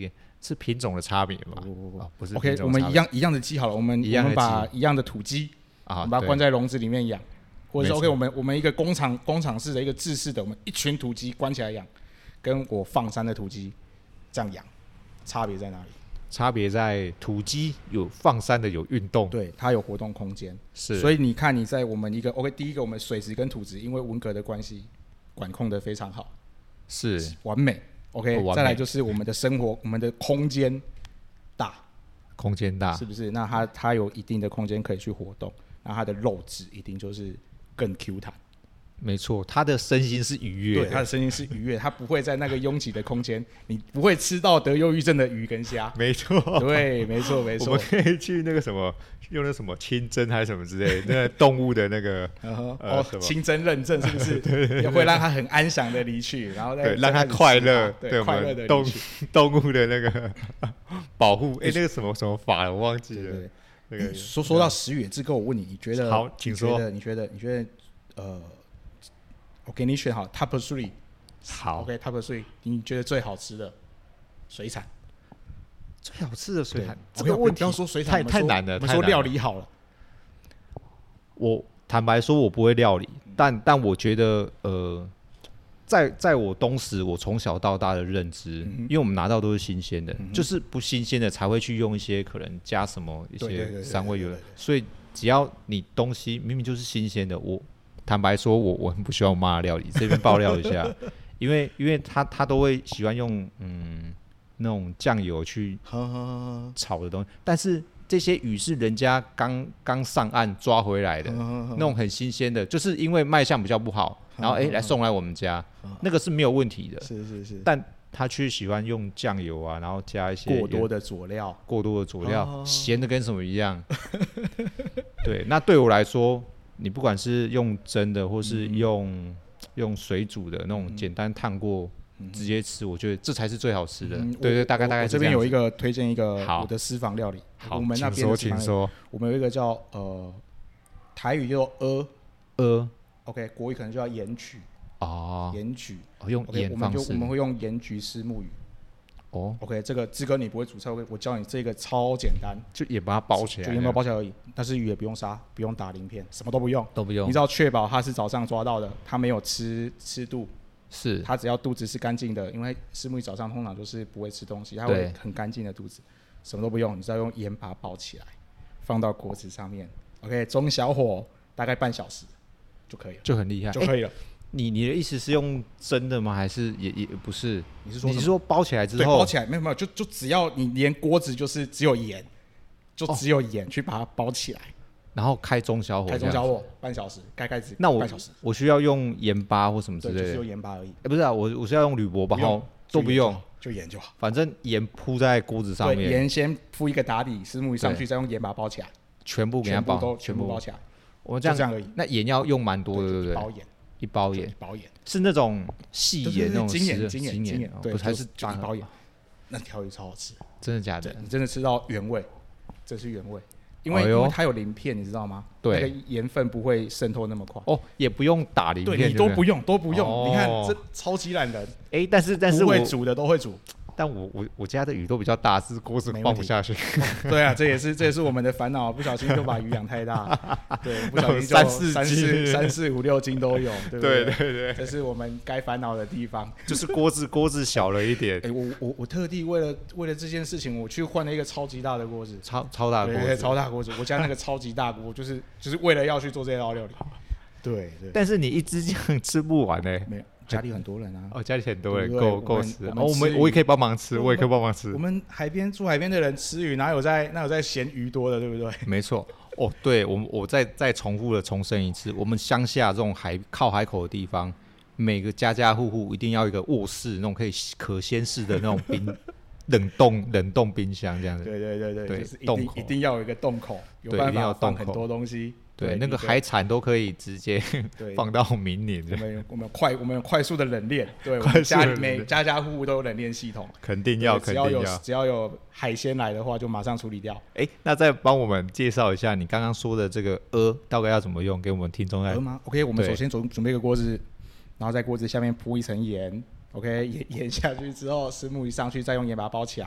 是品种的差别吗？ 不不不哦、不是 OK， 我们一样一样的鸡好了，我们一样的我们把一样的土鸡， 啊， 我们把它关在笼子里面养，或者是 OK， 我们我们一个工厂工厂式的一个制式的，我们一群土鸡关起来养，跟我放山的土鸡这样养，差别在哪里？ 差别在土鸡有放山的有运动， 对，它有活动空间， 是， 所以你看你在我们一个 OK， 第一个我们水质跟土质因为文革的关系管控的非常好， 是完美 OK， 完美再来就是我们的生活，我们的空间大， 空间大， 是不是？那它它有一定的空间可以去活动，那它的肉质一定就是更 Q 弹。 没错，他的身心是愉悦的， 对，他的身心是愉悦，他不会在那个拥挤的空间，你不会吃到得忧郁症的鱼跟虾。 没错， 对，没错，没错。 我们可以去那个什么，用那什么清真还是什么之类的，那个动物的那个呃呃哦，清真认证是不是？对对对，会让他很安详的离去，然后再对让他快乐， 对，快乐的动离去。 动物的那个保护，哎，那个什么什么法我忘记了。 对对那个说说到食野之歌，我问你，你觉得？ 好，请说。 你觉得？你觉得？呃。我给你选好 top three， 好 ，OK top three， 你觉得最好吃的水产？ 最好吃的水产，这个个问题不要说水产， 太太难了。 我们说料理好了。 我坦白说，我不会料理，但但我觉得，呃，在在我东石，我从小到大的认知， 嗯、 因为我们拿到都是新鲜的， 嗯、 就是不新鲜的才会去用一些可能加什么一些三味油，所以只要你东西明明就是新鲜的，我。坦白说我，我很不喜欢我妈的料理，这边爆料一下，因为因为她她都会喜欢用嗯那种酱油去炒的东西，但是这些鱼是人家刚刚上岸抓回来的，那种很新鲜的，就是因为卖相比较不好，然后哎、欸、来送来我们家，那个是没有问题的， 是是是， 但他却喜欢用酱油啊，然后加一些过多的佐料， 过多的佐料，咸的跟什么一样，对，那对我来说。你不管是用蒸的，或是用、嗯、用水煮的那种简单烫过、嗯、直接吃，我觉得这才是最好吃的。嗯、对对，大概大概是这样子。 我这边有一个推荐一个我的私房料理， 好， 我们那边的请说， 我们有一个叫呃台语叫做蚵蚵 ，OK， 国语可能就叫盐焗哦， 盐焗， 哦用盐方式， 我们就我们会用盐焗虱目鱼。哦 ，OK， 这个志哥你不会煮菜，我教你这个超简单， 就也把它包起来， 就盐巴包起来而已。但是鱼也不用杀，不用打鳞片，什么都不用， 都不用。 你只要确保它是早上抓到的，它没有吃吃肚， 是它只要肚子是干净的，因为虱目鱼早上通常都是不会吃东西，它会很干净的肚子，什么都不用，你只要用盐把它包起来，放到锅子上面 ，OK， 中小火大概半小时就可以了， 就很厉害， 就可以了。 欸你你的意思是用蒸的吗？还是也也不是？ 你是说你是说包起来之后？ 对，包起来没有没有，就就只要你连锅子就是只有盐，就只有盐去把它包起来， 然后开中小火， 开中小火半小时，该开始。 那我半小时， 我需要用盐巴或什么之类的？ 对，就是用盐巴而已。 哎、欸，不是啊，我我是要用铝箔包，后都不用， 就盐就好。 反正盐铺在锅子上面， 盐先铺一个打底，虱目鱼上去，再用盐把它包起来， 全部给它包， 都全部包起来。 我这样这样而已。 那盐要用蛮多的，对不对？ 包盐。 一包盐， 一包盐是那种细盐那种精盐， 精盐，精盐， 对， 不是还是就一包盐，那条鱼超好吃， 真的假的？ 你真的吃到原味，这是原味，因为因为它有鳞片，你知道吗？ 对， 那个盐分不会渗透那么快。 哦，也不用打鳞片， 对，你都不用，都不用。你看这超级懒人， 哎，但是但是不会煮的都会煮。 但我我我家的鱼都比较大，是锅子放不下去。 对啊，这也是这也是我们的烦恼，不小心就把鱼养太大，对，不小心就三四三四三四五六斤都有，对不对？对对对， 这是我们该烦恼的地方， 就是锅子锅子小了一点。 哎，我我我特地为了为了这件事情，我去换了一个超级大的锅子， 超超大锅子， 超大锅子，我家那个超级大锅，就是就是为了要去做这道料理。对对。 但是你一只这样吃不完呢？ 没有。家里很多人啊， 哦，家里很多人够够吃， 哦， 我们我也可以帮忙吃，我也可以帮忙吃。 我们海边住海边的人吃鱼，哪有在哪有在嫌鱼多的，对不对？ 没错，哦，对，我我再再重复的重申一次，我们乡下这种海靠海口的地方，每个家家户户一定要一个卧室，那种可以可掀式的那种冰冷冻冷冻冰箱这样子。 对对对对， 对， 就是一定一定要有一个洞口，有办法放很多东西。 对，那个海产都可以直接放到明年。 我们我们快我们快速的冷链，对，我们家里每家家户户都有冷链系统， 肯定要，肯定要。 只要有海鲜来的话，就马上处理掉。 哎，那再帮我们介绍一下你刚刚说的这个蚵，大概要怎么用，给我们听众来。 蚵吗 ？OK， 我们首先准准备一个锅子，然后在锅子下面铺一层盐 ，OK， 盐盐下去之后，虱目鱼上去，再用盐把它包起来。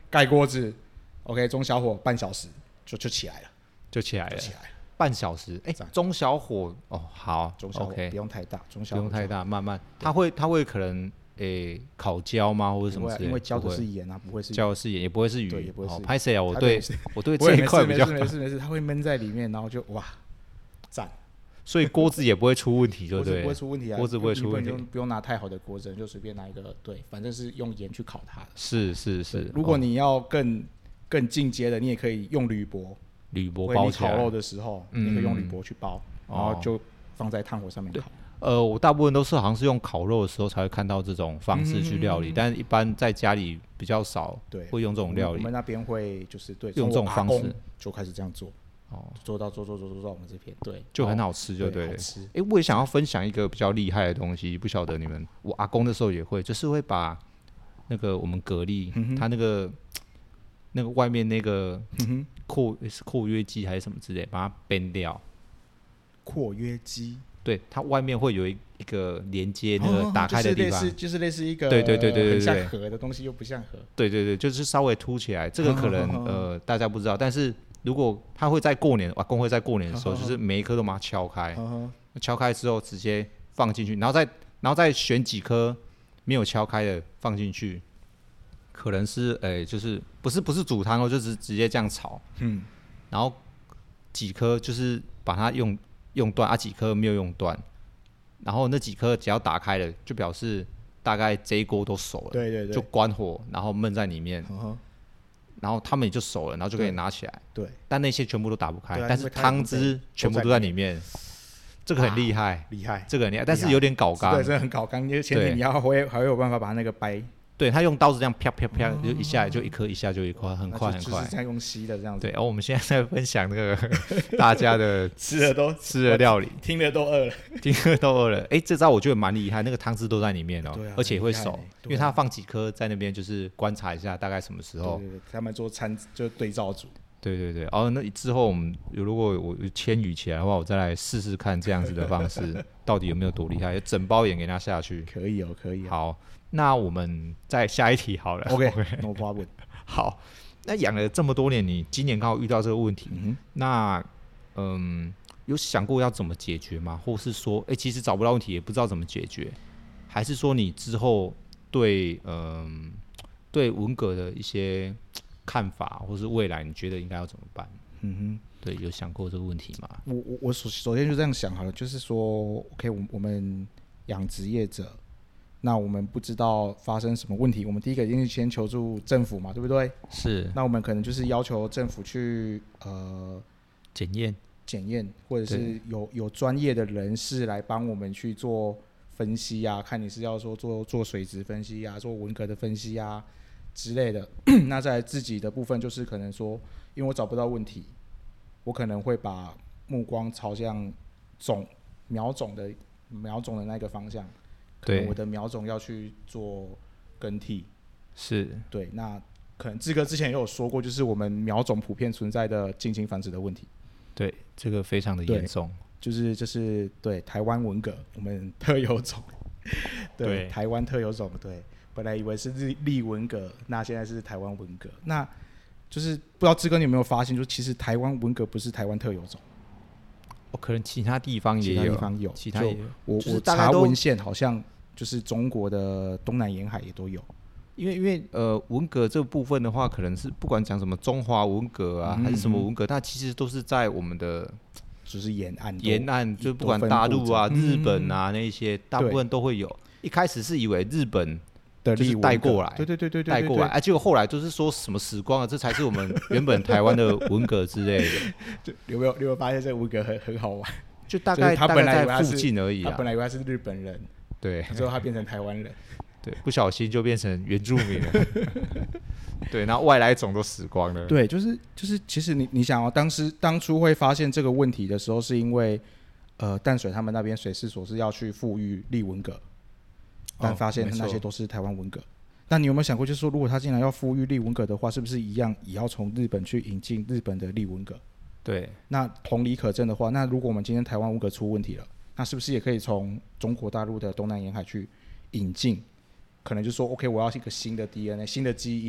盖锅子 ，OK， 中小火半小时就就起来了， 就起来了， 就起来了， 半小时。哎、欸，中小火哦，好， 中小火 OK， 不用太大，中小火不用太大，慢慢，它会它会可能诶、欸、烤焦吗，或者什么之类的？ 因为浇的是盐啊，不会是浇的是盐，也不会是鱼， 对，也不会是鱼。 拍谁啊？我对我对这一块比较没事没事没事，它会闷在里面，然后就哇，赞。 所以锅子也不会出问题，对不对？ 锅子不会出问题啊， 锅子不会出问题， 不用拿太好的锅子，就随便拿一个，对，反正是用盐去烤它的。 是是是。 如果你要更更进阶的，你也可以用铝箔， 铝箔包起来。 你烤肉的时候，嗯、你可以用铝箔去包，然后就放在炭火上面烤。 呃，我大部分都是好像是用烤肉的时候才会看到这种方式去料理，嗯、但是一般在家里比较少， 对， 会用这种料理。 我们那边会就是对用这种方式就开始这样做。哦，做到做做做做到我们这边，对， 就很好吃，就对了。 好吃。 哎、欸，我也想要分享一个比较厉害的东西，不晓得你们，我阿公的时候也会，就是会把那个我们蛤蜊，嗯、它那个那个外面那个括、嗯、是括约肌还是什么之类，把它编掉。 括约肌， 对，它外面会有一一个连接那个打开的地方， 哦、就是类似就是类似一个对对对对对很像核的东西，又不像核。 对对对，就是稍微凸起来，这个可能、哦、呃大家不知道，但是。如果他会在过年，阿公会在过年的时候，就是每一颗都把它敲开，敲开之后直接放进去，然后再然后再选几颗没有敲开的放进去，可能是诶、欸，就是不是不是煮汤哦，就是直接这样炒，嗯，然后几颗就是把它用用断啊，几颗没有用断，然后那几颗只要打开了，就表示大概这一锅都熟了， 对对对， 就关火，然后焖在里面。呵然后他们也就熟了，然后就可以拿起来。 对， 但那些全部都打不开，但是汤汁全部都在里面，这个很厉害， 厉害， 这个很厉害，但是有点搞刚， 对，真的很搞刚，因为前提你要会还有办法把那个掰。 对，他用刀子这样啪啪啪，就一下就一颗，一下就一颗，很快很快。 就是这样用吸的这样子。 对，然后我们现在在分享那个大家的吃的都吃的料理， 听的都饿了， 听的都饿了。哎，这招我觉得蛮厉害，那个汤汁都在里面哦， 对啊， 而且也会熟，因为他放几颗在那边，就是观察一下大概什么时候。 对对对，他们做餐就是对照组。 对对对，哦，那之后我们如果我千语起来的话，我再来试试看这样子的方式，到底有没有多厉害？整包盐给它下去， 可以哦，可以、哦。 好，那我们再下一题好了。 OK，No okay, problem。 好，那养了这么多年，你今年刚好遇到这个问题，嗯、那嗯，有想过要怎么解决吗？或是说，哎、欸，其实找不到问题，也不知道怎么解决，还是说你之后对嗯对文革的一些看法，或是未来你觉得应该要怎么办？嗯哼，对，有想过这个问题吗？ 我我我首首先就这样想好了，就是说 ，OK， 我我们养殖业者，那我们不知道发生什么问题，我们第一个一定是先求助政府嘛，对不对？ 是。 那我们可能就是要求政府去呃检验检验，或者是有有专业的人士来帮我们去做分析啊，看你是要说做做水质分析啊，做文革的分析啊。之类的，那在自己的部分就是可能说，因为我找不到问题，我可能会把目光朝向种苗种的苗种的那个方向，可能我的苗种要去做更替， 是对。那可能志哥之前也有说过，就是我们苗种普遍存在的近亲繁殖的问题， 对，这个非常的严重， 就是就是对台湾文革，我们特有种，对, 对台湾特有种，对。本来以为是日立文革，那现在是台湾文革。那就是不知道志哥你有没有发现，就其实台湾文革不是台湾特有种， 哦，可能其他地方也有， 其他地方有， 其他也有。 我、就是、我查文献好像就是中国的东南沿海也都有。 因为因为呃文革这部分的话，可能是不管讲什么中华文革啊，嗯、还是什么文革，它其实都是在我们的就是沿岸沿岸，就不管大陆啊、日本啊那一些，大部分都会有。一开始是以为日本就是带过来， 对对对对对， 带过来，哎、啊，结果后来就是说什么时光啊，这才是我们原本台湾的文革之类的。 就有没有有没有发现这个文革很很好玩？ 就大概他本来在附近而已啊。 他本来以为他是日本人， 对， 之后他变成台湾人， 对，不小心就变成原住民了。对，然后外来种都死光了。 对，就是就是，其实你你想哦，当时当初会发现这个问题的时候，是因为呃淡水他们那边水事所是要去复育立文革。但发现那些都是台湾文革，那你有没有想过，就是说，如果他既然要复育立文革的话，是不是一样也要从日本去引进日本的立文革？ 对。 那同理可证的话，那如果我们今天台湾文革出问题了，那是不是也可以从中国大陆的东南沿海去引进？可能就是说 ，OK， 我要一个新的 D N A、新的基因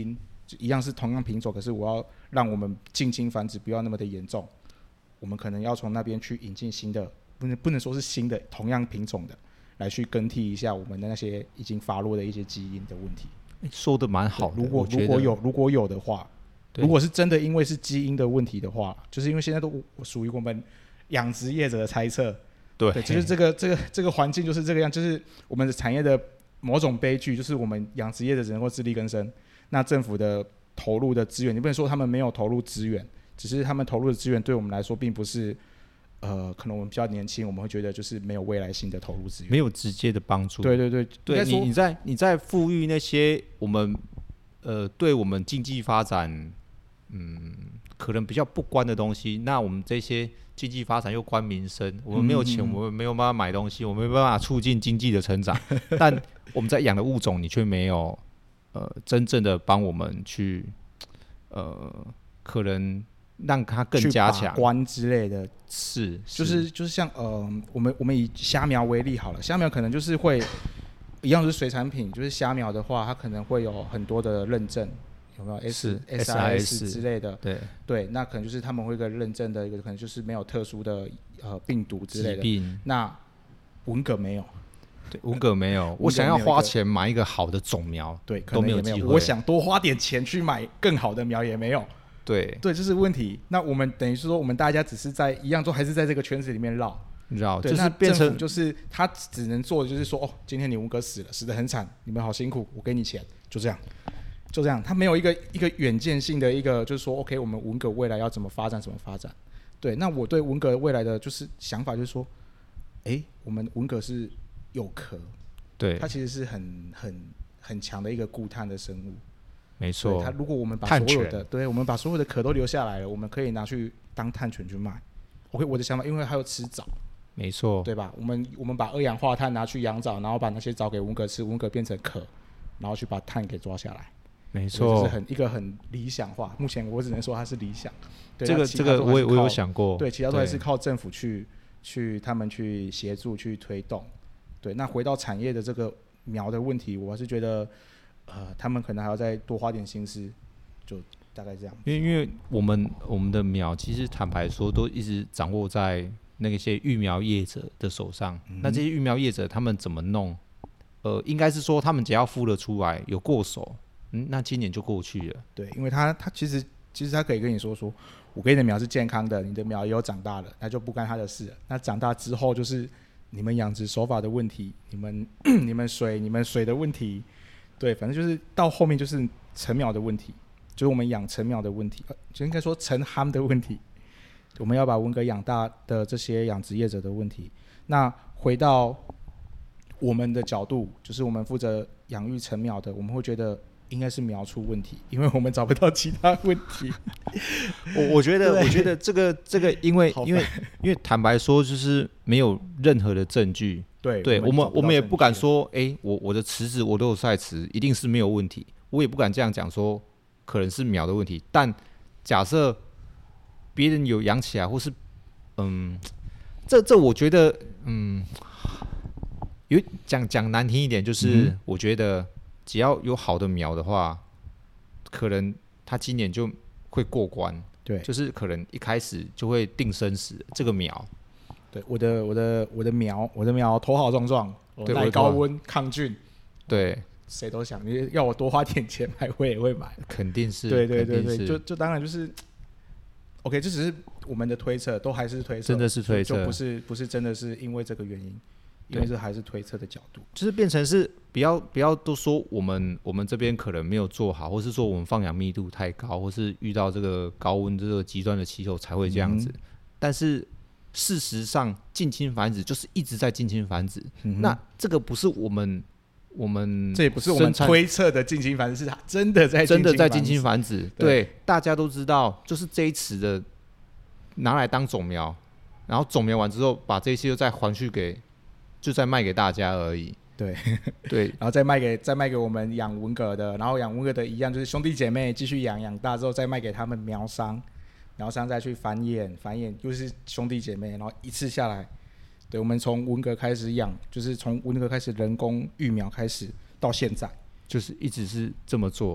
一样是同样品种，可是我要让我们近亲繁殖不要那么的严重，我们可能要从那边去引进新的，不能不能说是新的同样品种的，来去更替一下我们的那些已经发落的一些基因的问题。 说的蛮好的， 如果如果有如果有的话，如果是真的因为是基因的问题的话，就是因为现在都属于我们养殖业者的猜测。 对， 对，就是这个这个这个环境就是这个样，就是我们的产业的某种悲剧，就是我们养殖业者只能够自力更生。那政府的投入的资源，你不能说他们没有投入资源，只是他们投入的资源对我们来说，并不是呃，可能我们比较年轻，我们会觉得就是没有未来性的投入资源， 没有直接的帮助。 对对对， 对你你在你在富裕那些我们呃对我们经济发展嗯可能比较不关的东西，那我们这些经济发展又关民生，我们没有钱，嗯、我们没有办法买东西，我们没办法促进经济的成长，但我们在养的物种，你却没有呃真正的帮我们去呃可能让它更加强关之类的， 是就是就是像呃我们我们以虾苗为例好了，虾苗可能就是会一样是水产品，就是虾苗的话，它可能会有很多的认证。有没有 S S I S 之类的？ 对对，那可能就是他们会一个认证的一个，可能就是没有特殊的呃病毒之类的。 病那文蛤没有， 对，文蛤没有。我想要花钱买一个好的种苗， 对， 都没有机会。 我想多花点钱去买更好的苗也没有。 对对，这是问题。那我们等于是说，我们大家只是在一样做，还是在这个圈子里面绕绕， 对， 就是变成就是他只能做的就是说，哦，今天你文蛤死了，死得很惨，你们好辛苦，我给你钱，就这样。就这样，他没有一个一个远见性的一个，就是说 ，OK， 我们文蛤未来要怎么发展，怎么发展？对，那我对文蛤未来的就是想法，就是说，哎，我们文蛤是有壳， 对， 它其实是很很很强的一个固碳的生物， 没错。 它如果我们把所有的，对，我们把所有的壳都留下来了，我们可以拿去当碳权去卖。OK， 我的想法，因为还有吃藻， 没错， 对吧？我们我们把二氧化碳拿去养藻，然后把那些藻给文蛤吃，文蛤变成壳，然后去把碳给抓下来。 没错， 这是很一个很理想化。目前我只能说它是理想。对这个这个我我有想过。 对，其他都还是靠政府去去他们去协助去推动。对，那回到产业的这个苗的问题，我还是觉得呃，他们可能还要再多花点心思，就大概这样。 因为因为我们我们的苗其实坦白说都一直掌握在那些育苗业者的手上。嗯、那这些育苗业者他们怎么弄？呃，应该是说他们只要孵了出来，有过手。嗯，那今年就过去了。 对，因为他他其实其实他可以跟你说说，我给你的苗是健康的，你的苗也有长大了，那就不干他的事了。那长大之后就是你们养殖手法的问题，你们你们水你们水的问题，对，反正就是到后面就是成苗的问题，就是我们养成苗的问题，就应该说成蛤的问题。我们要把文蛤养大的这些养殖业者的问题。那回到我们的角度，就是我们负责养育成苗的，我们会觉得。应该是苗出问题，因为我们找不到其他问题。 我我觉得，我觉得这个这个，因为因为因为坦白说，就是没有任何的证据。 对， 对我们我们也不敢说，哎、欸，我我的池子我都有晒池，一定是没有问题。我也不敢这样讲说，可能是苗的问题。但假设别人有养起来，或是嗯，这这我觉得，嗯，有讲讲难听一点，就是、嗯、我觉得。只要有好的苗的话，可能他今年就会过关。 对， 就是可能一开始就会定生死这个苗。 对，我的我的我的苗，我的苗头好壮壮，耐高温抗菌。 对， 谁都想，你要我多花点钱买，我也会买。 肯定是。 对对对对，就就当然就是 ，OK， 这只是我们的推测，都还是推测， 真的是推测， 就不是不是真的是因为这个原因。因为这还是推测的角度， 就是变成是不要不要都说我们我们这边可能没有做好，或是说我们放养密度太高，或是遇到这个高温这个极端的气候才会这样子。嗯、但是事实上，近亲繁殖就是一直在近亲繁殖。嗯、那这个不是我们我们这也不是我们推测的近亲繁殖，是它真的在真的在近亲繁殖。对，对，大家都知道，就是这一池的拿来当种苗，然后种苗完之后，把这些又再还去给。就再卖给大家而已， 对对， 然后再卖给再卖给我们养文蛤的，然后养文蛤的一样就是兄弟姐妹继续养，养大之后再卖给他们苗商，苗商再去繁衍，繁衍又是兄弟姐妹，然后一次下来，对，我们从文蛤开始养，就是从文蛤开始人工育苗开始到现在， 就是一直是这么做。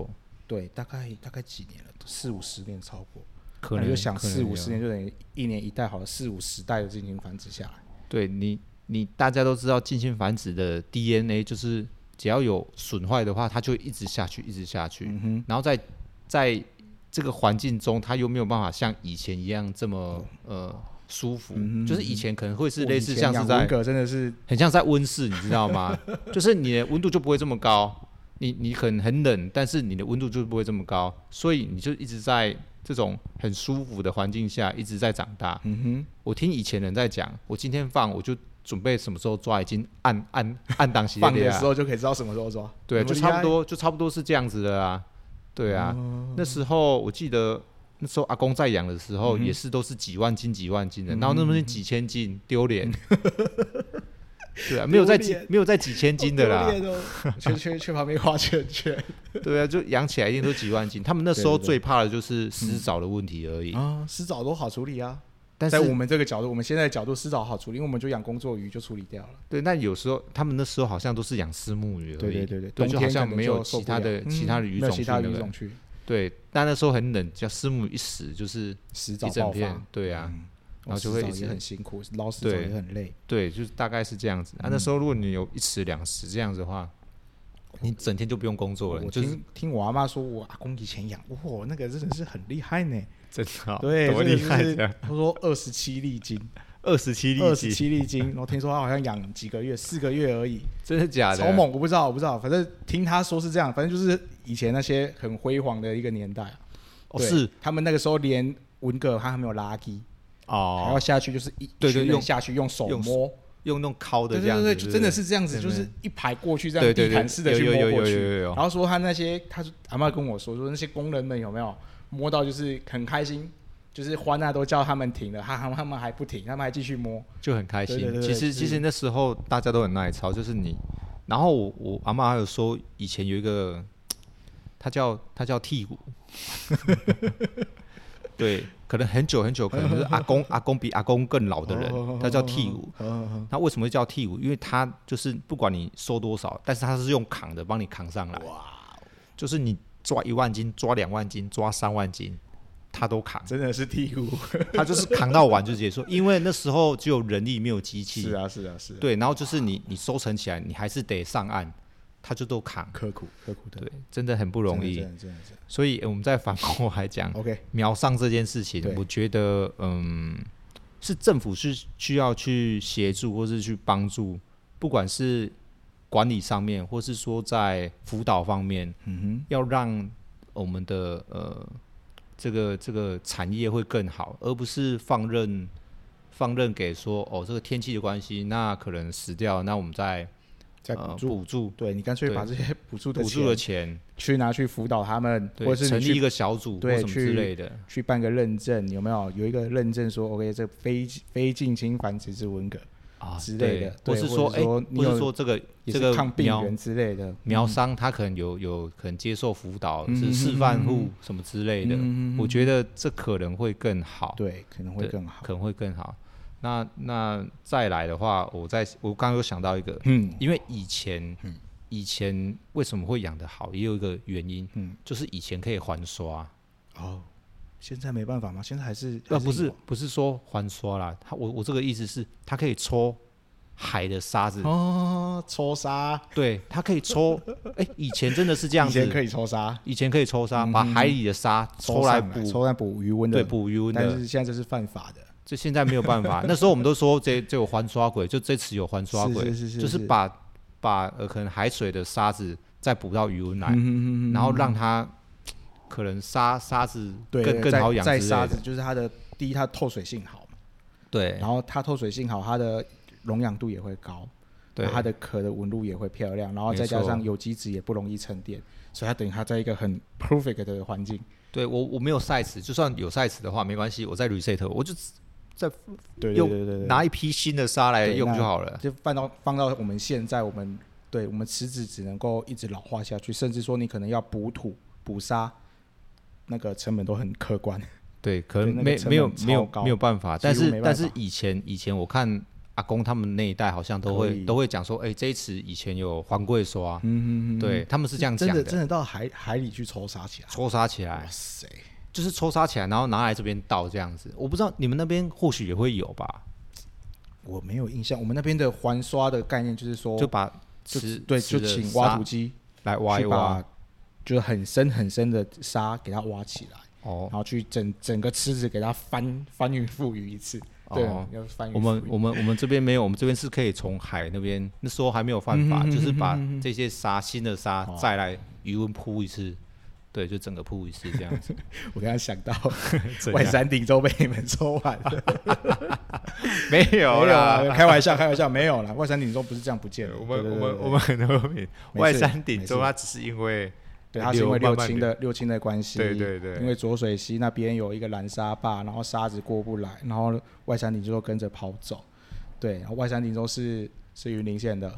对，大概大概几年了，四五十年超过。 可能就想四五可能十年，就等于一年一代，好了，四五十代的进行繁殖下来。 对你，你大家都知道，近亲繁殖的 D N A 就是只要有损坏的话，它就会一直下去，一直下去。 嗯、 然后在在这个环境中，它又没有办法像以前一样这么、嗯、呃舒服、嗯。就是以前可能会是类似像是在文革真的是很像在温室，你知道吗？就是你的温度就不会这么高，你你很很冷，但是你的温度就不会这么高，所以你就一直在这种很舒服的环境下一直在长大。 嗯哼， 我听以前人在讲，我今天放我就准备什么时候抓，已经按按按档系列放的时候就可以知道什么时候抓。 对，就差不多就差不多是这样子的啊。对啊，嗯、那时候我记得那时候阿公在养的时候、嗯、也是都是几万斤几万斤的，嗯、然后那么几千斤丢脸。对啊，没有在几没有在几千斤的啦， 去去去旁边画圈圈。 对啊，就养起来一定都几万斤。他们那时候最怕的就是湿藻的问题而已。 啊、嗯，湿藻都好处理啊。但是在我们这个角度，我们现在的角度，湿藻好处理，因为我们就养工作鱼就处理掉了。 对，但有时候他们那时候好像都是养虱目鱼而已。 对对对对， 对，就好像没有其他的、嗯、其他的鱼种去、那个。 其他鱼种去。 对，但那时候很冷，叫虱目鱼一死就是湿藻一整片。对啊。嗯，然后就会一直也很辛苦，捞湿藻也很累。 对，就是大概是这样子。啊，那时候如果你有一池两池这样子的话，你整天就不用工作了。 我听、就是、听我阿嬷说，我阿公以前养，哇，那个真的是很厉害呢， 真的、哦。 对， 多厉害！ 他说二十七粒斤， 二十七粒， 二十七粒斤。然后听说他好像养几个月，四个月而已， 真的假的？ 超猛！我不知道，我不知道，反正听他说是这样，反正就是以前那些很辉煌的一个年代。 哦，是他们那个时候连文革他还没有垃圾。 哦， 还要下去就是一对对用下去用手摸， 用那种敲的这样子， 对对对，真的是这样子，就是一排过去这样地毯式的去摸过去。然后说他那些，他阿嬷跟我说说那些工人们有没有摸到就是很开心，就是欢啊都叫他们停了，他他们还不停，他们还继续摸， 就很开心。 对对对对， 其实其实那时候大家都很耐操，就是你，然后我我阿嬷还有说以前有一个，他叫他叫剔骨。对，可能很久很久，可能就是阿公阿公比阿公更老的人，他叫剔骨。他为什么会叫剔骨？因为他就是不管你收多少，但是他是用扛的帮你扛上来。哇！就是你抓一万斤、抓两万斤、抓三万斤，他都扛。 真的是剔骨， 他就是扛到完就结束。因为那时候只有人力没有机器。 是啊是啊是啊。 对，然后就是你你收成起来，你还是得上岸。他就都扛， 刻苦刻苦的， 对，真的很不容易。 真的真的真的真的， 所以我们再反过来讲 ，OK， 苗上这件事情，我觉得，嗯，是政府是需要去协助，或是去帮助，不管是管理上面，或是说在辅导方面， 嗯哼， 要让我们的呃这个这个产业会更好，而不是放任放任给说哦这个天气的关系，那可能死掉，那我们再。 再补助， 呃、补助， 对你干脆把这些补助的补助的钱去拿去辅导他们，或者是成立一个小组或什么之类的， 去办个认证，有没有？有一个认证说 ，OK， 这非非近亲繁殖之文革啊之类的， 或是说，哎，或是说这个这个抗病原之类的苗商，他可能有有可能接受辅导，嗯、是示范户什么之类的、嗯，我觉得这可能会更好， 对，可能会更好， 可能会更好。那那再来的话，我在我刚刚有想到一个， 嗯， 因为以前、嗯、以前为什么会养得好，也有一个原因， 嗯， 就是以前可以环刷。 哦，现在没办法吗？现在还是？ 呃，不是，不是说环刷啦，它我我这个意思是，它可以抽海的沙子。 哦，抽沙。 对，它可以抽。哎、欸，以前真的是这样子。 以前可以抽沙。 以前可以抽沙，嗯、把海里的沙抽来补， 抽来补鱼温的。 对，补鱼温的。 但是现在这是犯法的。 这现在没有办法，那时候我们都说这这有环刷鬼，就这次有环刷鬼， 是是是是就是把把呃可能海水的沙子再补到鱼温来， 嗯哼哼哼， 然后让它可能沙沙子更对更好养之类的。 再沙子就是它的第一，它透水性好嘛， 对， 然后它透水性好，它的溶氧度也会高，对，它的壳的纹路也会漂亮，然后再加上有机质也不容易沉淀，所以它等于它在一个很 perfect 的环境。 对我我没有晒池，就算有晒池的话没关系，我在 reset 我就。再用拿一批新的沙来用就好了， 就放到放到我们现在，我们对我们池子只能够一直老化下去，甚至说你可能要补土补沙，那个成本都很可观。 对，可能没没有没有没有办法，但是但是以前以前我看阿公他们那一代好像都会都会讲说，哎、欸，这一池以前有黄桂刷，嗯嗯嗯，对，他们是这样讲的， 真的真的到海海里去抽沙起来， 抽沙起来， 哇塞， 就是抽沙起来，然后拿来这边倒这样子。我不知道你们那边或许也会有吧？ 我没有印象。我们那边的环刷的概念就是说， 就把就对，就请挖土机来挖一挖， 就是很深很深的沙给它挖起来， 哦， 然后去整整个池子给它翻翻云覆雨一次。对、哦，要翻云覆雨。 我们我们我们这边没有，我们这边是可以从海那边，那时候还没有犯法，嗯、就是把这些沙新的沙再来余温铺一次。对，就整个铺一次这样子。 我刚刚想到，外山顶都被你们抽完了， 没有啦， 开玩笑，开玩笑，没有啦。外山顶洲不是这样不见的。 我们我们我们很多外山顶洲，它只是因为， 对，它是因为六轻的六轻的关系， 对对对， 因为浊水溪那边有一个拦沙坝，然后沙子过不来，然后外山顶洲跟着跑走。对，然后外山顶洲是是云林县的。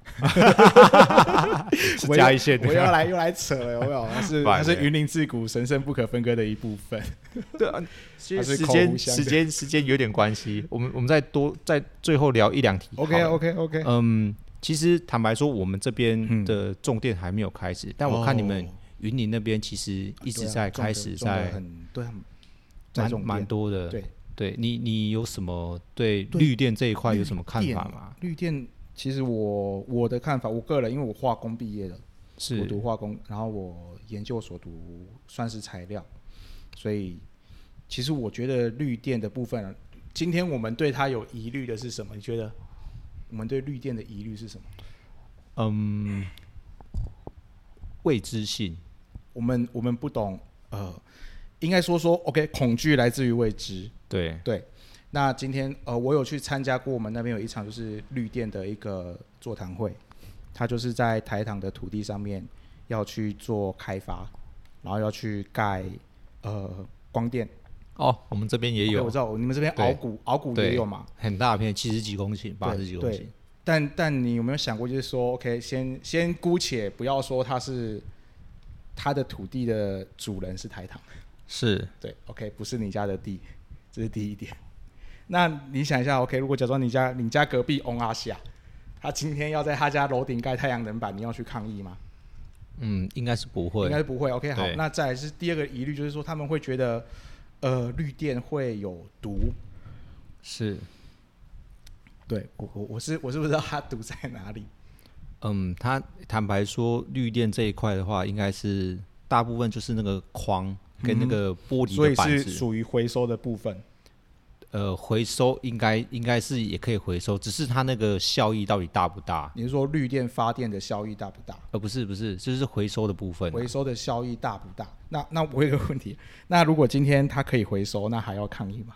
是嘉义县的， 我又来又来扯了，有没有？它是它是云林自古神圣不可分割的一部分。 对啊，时间时间时间有点关系，我们我们再多再最后聊一两题。 OK OK OK。 嗯，其实坦白说，我们这边的重电还没有开始，嗯、但我看你们云林那边其实一直在开始在很对蛮蛮多的。 对对，你你有什么对绿电这一块有什么看法吗？ 绿电。其实我我的看法，我个人因为我化工毕业的， 是我读化工，然后我研究所读算是材料，所以其实我觉得绿电的部分，今天我们对它有疑虑的是什么？你觉得我们对绿电的疑虑是什么？ 嗯，未知性， 我们我们不懂，呃，应该说说 OK， 恐惧来自于未知， 对对。那今天呃，我有去参加过我们那边有一场就是绿电的一个座谈会，它就是在台糖的土地上面要去做开发，然后要去盖呃光电。 哦，我们这边也有， okay, 我知道你们这边鳌骨鳌骨也有嘛， 很大片，七十几公顷，八十几公顷。 但但你有没有想过，就是说 ，OK， 先先姑且不要说它是它的土地的主人是台糖， 是对 ，OK， 不是你家的地，这是第一点。那你想一下 ，OK， 如果假装你家你家隔壁翁阿夏，他今天要在他家楼顶盖太阳能板，你要去抗议吗？ 嗯，应该是不会， 应该是不会。OK， 好，那再来是第二个疑虑，就是说他们会觉得，呃，绿电会有毒。 是， 对我我我是我是不知道它毒在哪里。 嗯，他坦白说，绿电这一块的话，应该是大部分就是那个框跟那个玻璃的板子， 所以是属于回收的部分。 呃，回收应该应该是也可以回收，只是它那个效益到底大不大？ 你是说绿电发电的效益大不大？ 呃，不是不是，就是回收的部分、啊。 回收的效益大不大？那那我有个问题，那如果今天它可以回收，那还要抗议吗？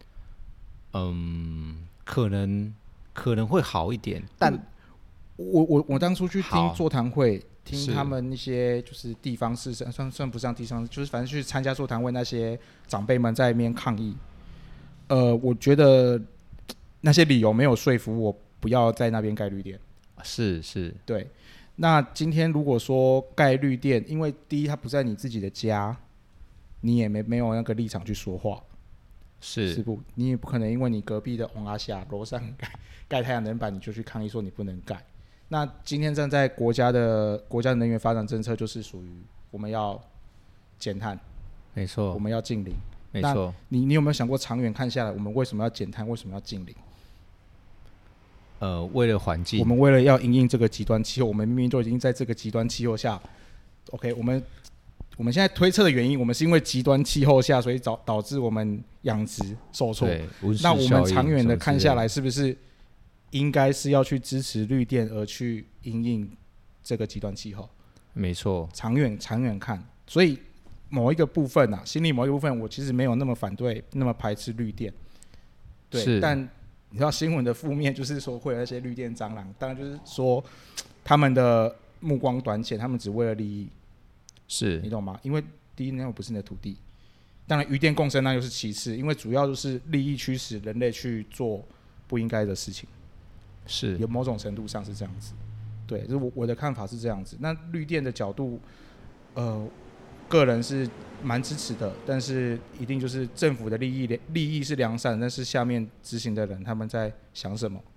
嗯，可能可能会好一点，但我我我当初去听座谈会，听他们那些就是地方士绅，算算不上地方，就是反正去参加座谈会那些长辈们在那边抗议。呃，我觉得那些理由没有说服我不要在那边盖绿电。 是是， 对。那今天如果说盖绿电，因为第一它不在你自己的家，你也没没有那个立场去说话， 是是不？你也不可能因为你隔壁的翁阿夏楼上盖盖太阳能板，你就去抗议说你不能盖。那今天站在国家的国家的能源发展政策，就是属于我们要减碳， 没错， 我们要净零。 没错， 你你有没有想过长远看下来，我们为什么要减碳？为什么要净零？ 呃，为了环境， 我们为了要因应这个极端气候，我们明明就已经在这个极端气候下 ，OK， 我们我们现在推测的原因，我们是因为极端气候下，所以导导致我们养殖受挫。那我们长远的看下来，是不是应该是要去支持绿电，而去因应这个极端气候？ 没错， 长远长远看，所以。某一个部分啊，心里某一个部分，我其实没有那么反对、那么排斥绿电，对。但你知道新闻的负面就是说会有那些绿电蟑螂，当然就是说他们的目光短浅，他们只为了利益， 是你懂吗？因为第一，那又不是你的土地，当然鱼电共生那又是其次，因为主要就是利益驱使人类去做不应该的事情， 是有某种程度上是这样子。对，就是我我的看法是这样子。那绿电的角度，呃。个人是蛮支持的，但是一定就是政府的利益利益是良善，但是下面执行的人他们在想什么，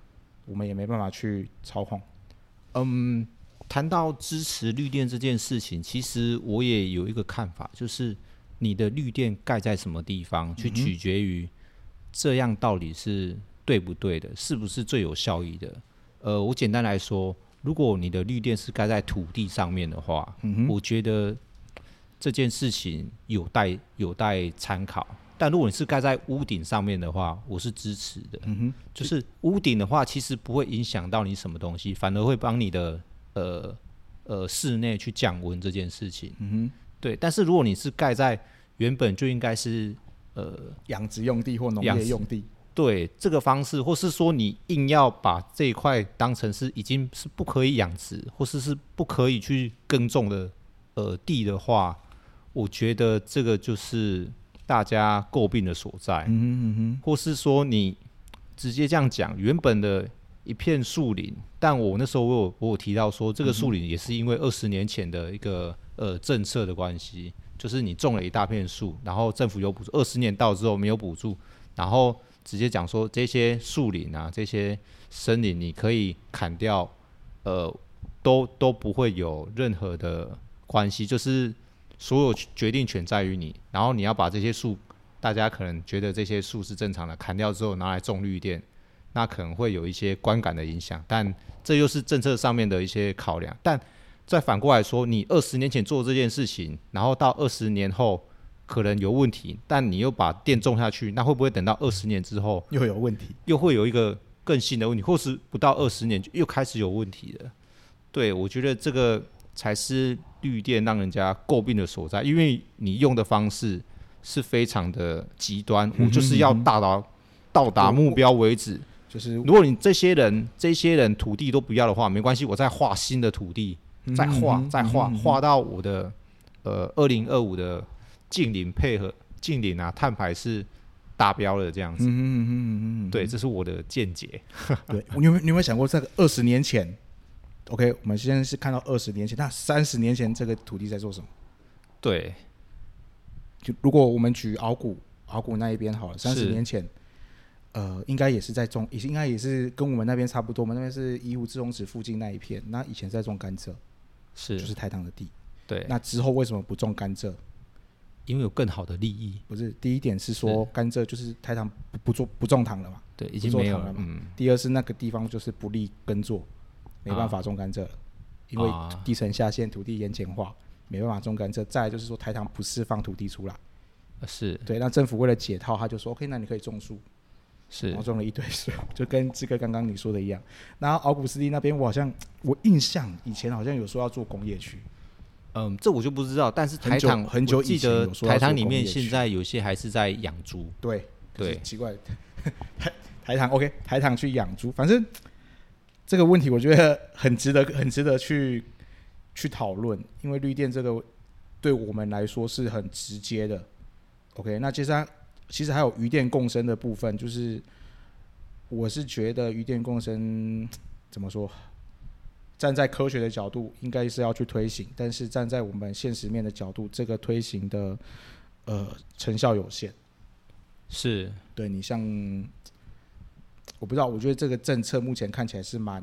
我们也没办法去操控。 嗯，谈到支持绿电这件事情，其实我也有一个看法，就是你的绿电盖在什么地方，去取决于这样到底是对不对的，是不是最有效益的。呃，我简单来说，如果你的绿电是盖在土地上面的话，嗯、我觉得这件事情有待有待参考。但如果你是盖在屋顶上面的话，我是支持的。嗯哼，就是屋顶的话，其实不会影响到你什么东西，反而会帮你的呃呃室内去降温这件事情。嗯哼，对。但是如果你是盖在原本就应该是呃养殖用地或农业用地， 对这个方式，或是说你硬要把这一块当成是已经是不可以养殖，或是是不可以去耕种的呃地的话，我觉得这个就是大家诟病的所在。嗯哼嗯哼，或是说你直接这样讲，原本的一片树林，但我那时候我有我有提到说，这个树林也是因为二十年前的一个呃政策的关系，就是你种了一大片树，然后政府有补助，二十年到之后没有补助，然后直接讲说这些树林啊，这些森林你可以砍掉，呃，都都不会有任何的关系，就是所有决定权在于你，然后你要把这些树，大家可能觉得这些树是正常的，砍掉之后拿来种绿电，那可能会有一些观感的影响，但这又是政策上面的一些考量。但再反过来说，你二十年前做这件事情，然后到二十年后可能有问题，但你又把电种下去，那会不会等到二十年之后又有问题， 又会有一个更新的问题，或是不到二十年就又开始有问题了？对，我觉得这个才是绿电让人家诟病的所在，因为你用的方式是非常的极端，我就是要达到到达目标为止。就是如果你这些人这些人土地都不要的话，没关系，我再画新的土地，再画再画画到我的呃二零二五的净零配合净零啊碳排是达标了这样子。嗯嗯嗯嗯，对，这是我的见解。 对，你有没有你有没有想过，这个二十年前 ，OK， 我们现在是看到二十年前，那三十年前这个土地在做什么？ 对， 就如果我们举鳌骨鳌骨那一边好了，三十年前。呃，应该也是在种，应该也是跟我们那边差不多。我们那边是宜湖志荣池附近那一片，那以前在种甘蔗， 是就是台糖的地。 对， 那之后为什么不种甘蔗？ 因为有更好的利益。 不是，第一点是说甘蔗就是台糖不不做不种糖了嘛， 对，已经没有了嘛。嗯、第二是那个地方就是不利耕作，没办法种甘蔗了，啊、因为地层下陷、土地盐碱化，没办法种甘蔗。再来就是说台糖不释放土地出来， 是对。那政府为了解套，他就说 OK， 那你可以种树。 是， 然后种了一堆树，就跟这个刚刚你说的一样。然后鳌骨湿地那边，我好像我印象以前好像有说要做工业区， 嗯，这我就不知道。但是台糖很久以前有说台糖里面现在有些还是在养猪， 对对， 奇怪，台台糖 OK， 台糖去养猪，反正这个问题我觉得很值得很值得去去讨论，因为绿电这个对我们来说是很直接的。OK， 那接下来。其实还有渔电共生的部分，就是我是觉得渔电共生怎么说？站在科学的角度，应该是要去推行，但是站在我们现实面的角度，这个推行的呃成效有限。 是， 对你像我不知道，我觉得这个政策目前看起来是蛮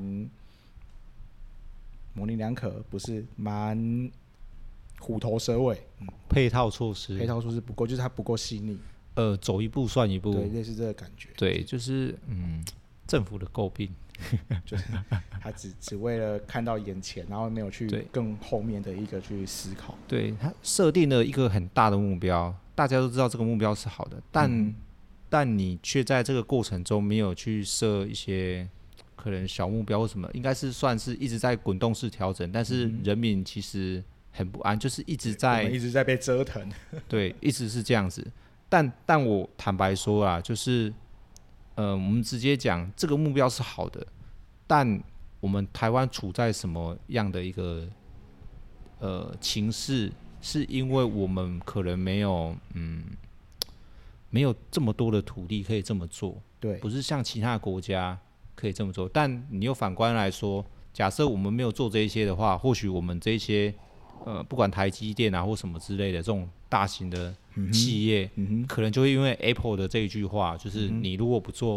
模棱两可，不是蛮虎头蛇尾。嗯， 配套措施， 配套措施不够，就是它不够细腻。 呃，走一步算一步， 对，类似这个感觉。 对，就是嗯，政府的诟病， 就是他只只为了看到眼前，然后没有去更后面的一个去思考。 对，他设定了一个很大的目标，大家都知道这个目标是好的，但、嗯、但你却在这个过程中没有去设一些可能小目标或什么，应该是算是一直在滚动式调整，但是人民其实很不安，就是一直在一直在被折腾。 对，一直是这样子。但但我坦白说啊，就是，呃，我们直接讲这个目标是好的，但我们台湾处在什么样的一个呃情势，是因为我们可能没有嗯没有这么多的土地可以这么做， 对， 不是像其他国家可以这么做。但你又反观来说，假设我们没有做这一些的话，或许我们这些呃不管台积电啊或什么之类的这种大型的企业、嗯嗯、可能就会因为 Apple 的这一句话，就是你如果不做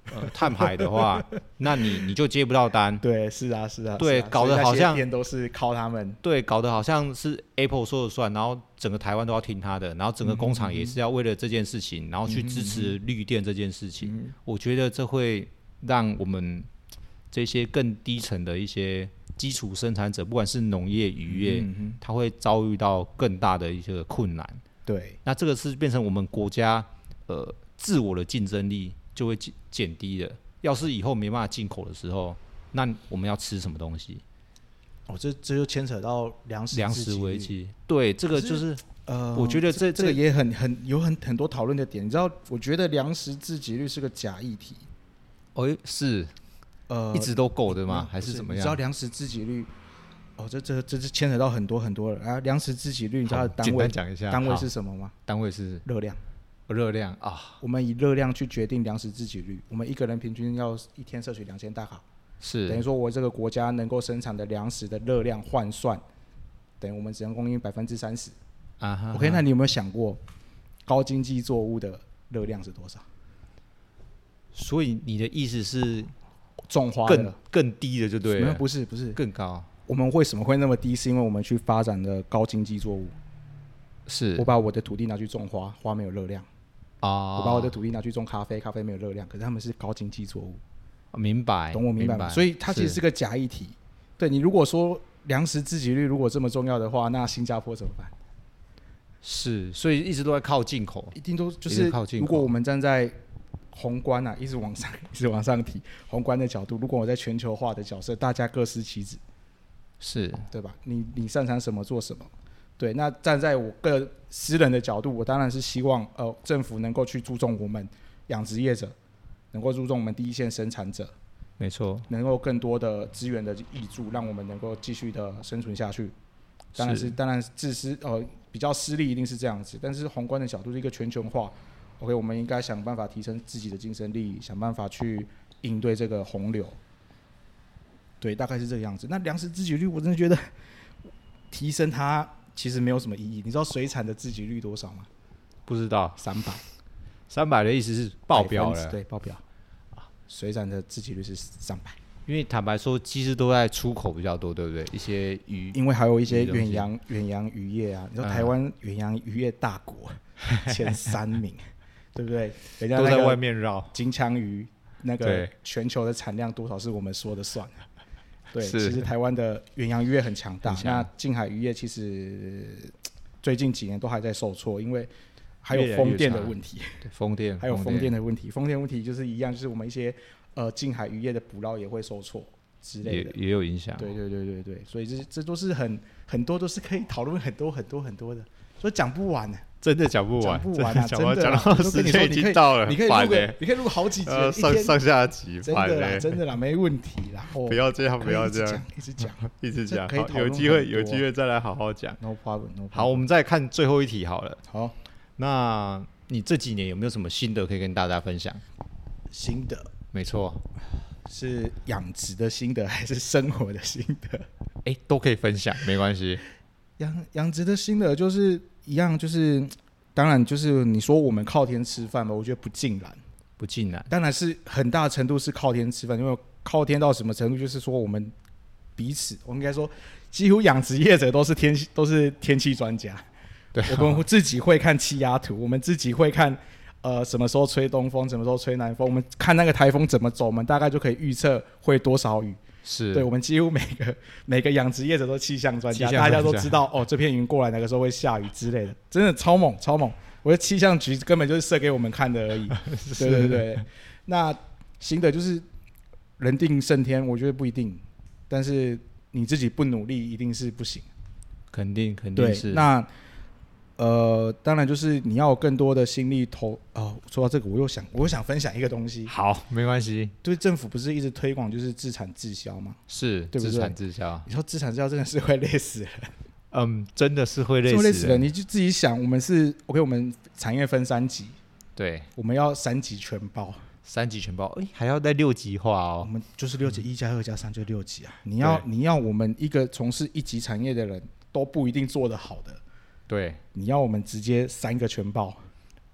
呃碳排的话，那你你就接不到单。 对，是啊，是啊， 对， 是啊搞得好像店都是靠他们。 对，搞得好像是 Apple 说了算，然后整个台湾都要听他的，然后整个工厂也是要为了这件事情，然后去支持绿电这件事情。嗯、我觉得这会让我们这些更低层的一些基础生产者，不管是农业、渔业，嗯、他会遭遇到更大的一些困难。 对， 那这个是变成我们国家呃自我的竞争力就会减低了。要是以后没办法进口的时候，那我们要吃什么东西？ 哦，这这就牵扯到粮食粮食危机。对，这个就是呃，我觉得这这个也很很有很很多讨论的点。你知道，我觉得粮食自给率是个假议题。 哦，是，呃，一直都够的吗？还是怎么样？ 你知道粮食自给率？哦，这这这是牵扯到很多很多了啊！粮食自给率，你知道单位简单讲一下， 单位是什么吗？ 单位是热量。 热量啊， 我们以热量去决定粮食自给率。我们一个人平均要一天摄取两千大卡， 是等于说我这个国家能够生产的粮食的热量换算，等于我们只能供应百分之三十。啊哈。OK， 那你有没有想过，高经济作物的热量是多少？ 所以你的意思是， 种花更更低的就对了？ 不是不是更高。 我们为什么会那么低？是因为我们去发展了高经济作物。 是我把我的土地拿去种花，花没有热量。 啊、 我把我的土地拿去种咖啡，咖啡没有热量，可是他们是高经济作物。 明白， 懂我明白吗？ 明白， 所以它其实是个假议题。对，你如果说粮食自给率如果这么重要的话，那新加坡怎么办？ 是，所以一直都在靠进口， 一定都就是如果我们站在宏观啊，一直往上一直往上提宏观的角度，如果我在全球化的角色，大家各司其职， 是对吧？你你擅长什么做什么？对，那站在我个私人的角度，我当然是希望呃政府能够去注重我们养殖业者，能够注重我们第一线生产者， 没错， 能够更多的资源的挹注，让我们能够继续的生存下去。当然是，是当然自私呃比较私利一定是这样子，但是宏观的角度是一个全球化 ，OK， 我们应该想办法提升自己的竞争力，想办法去应对这个洪流。对，大概是这个样子。那粮食自给率，我真的觉得提升它其实没有什么意义。你知道水产的自给率多少吗？ 不知道， 三百。 三百的意思是爆表了， 对，爆表。水产的自给率是三百。 因为坦白说，其实都在出口比较多，对不对？一些鱼， 因为还有一些远洋远洋渔业啊。你说台湾远洋渔业大国、嗯、前三名，对不对？人家都在外面绕。 金枪鱼那个全球的产量多少是我们说的算。对，其实台湾的远洋渔业很强大。那近海渔业其实最近几年都还在受挫，因为还有风电的问题。 对，风电还有风电的问题。风电问题就是一样，就是我们一些。呃，近海渔业的捕捞也会受挫之类的， 也也有影响。 对对对对对，所以这这都是很很多都是可以讨论很多很多很多的，所以讲不完呢、啊， 真的讲不完， 讲不完啊， 真的讲到时间已经到了， 你可以录个，你可以录好几集， 呃、上上下集， 真的啦，真的啦，没问题啦。哦、 不要这样，不要这样， 一直讲， 一直讲， 可以有机会有机会再来好好讲。 No problem, no problem。 好，我们再看最后一题好了。 好， 那你这几年有没有什么心得可以跟大家分享？ 心得， 没错。 是养殖的心得还是生活的心得？ 哎、欸，都可以分享，没关系。 养养殖的心得就是一样，就是当然就是你说我们靠天吃饭吧，我觉得不尽然， 不尽然。 当然是很大程度是靠天吃饭，因为靠天到什么程度，就是说我们彼此，我应该说几乎养殖业者都是天都是天气专家。 对、啊， 我们自己会看气压图，我们自己会看。呃，什么时候吹东风，什么时候吹南风，我们看那个台风怎么走，我们大概就可以预测会多少雨。 是， 对，我们几乎每个每个养殖业者都气象专家，大家都知道哦，这片云过来哪个时候会下雨之类的，真的超猛超猛。我觉得气象局根本就是设给我们看的而已。对对对，那新的就是人定胜天，我觉得不一定，但是你自己不努力一定是不行。 肯定肯定是。 那呃，当然就是你要有更多的心力投哦。说到这个，我又想，我又想分享一个东西。 好，没关系。 对，政府不是一直推广就是自产自销吗？ 是， 对不对？ 自产自销。 你说自产自销真的是会累死人。 嗯，真的是会累死人。 累死人，你就自己想，我们是 OK， 我们产业分三级， 对， 我们要三级全包， 三级全包，哎、欸，还要再六级化哦。 我们就是六级，一加二加三就六级啊。你要你要我们一个从事一级产业的人都不一定做得好的。 对， 你要我们直接三个全报，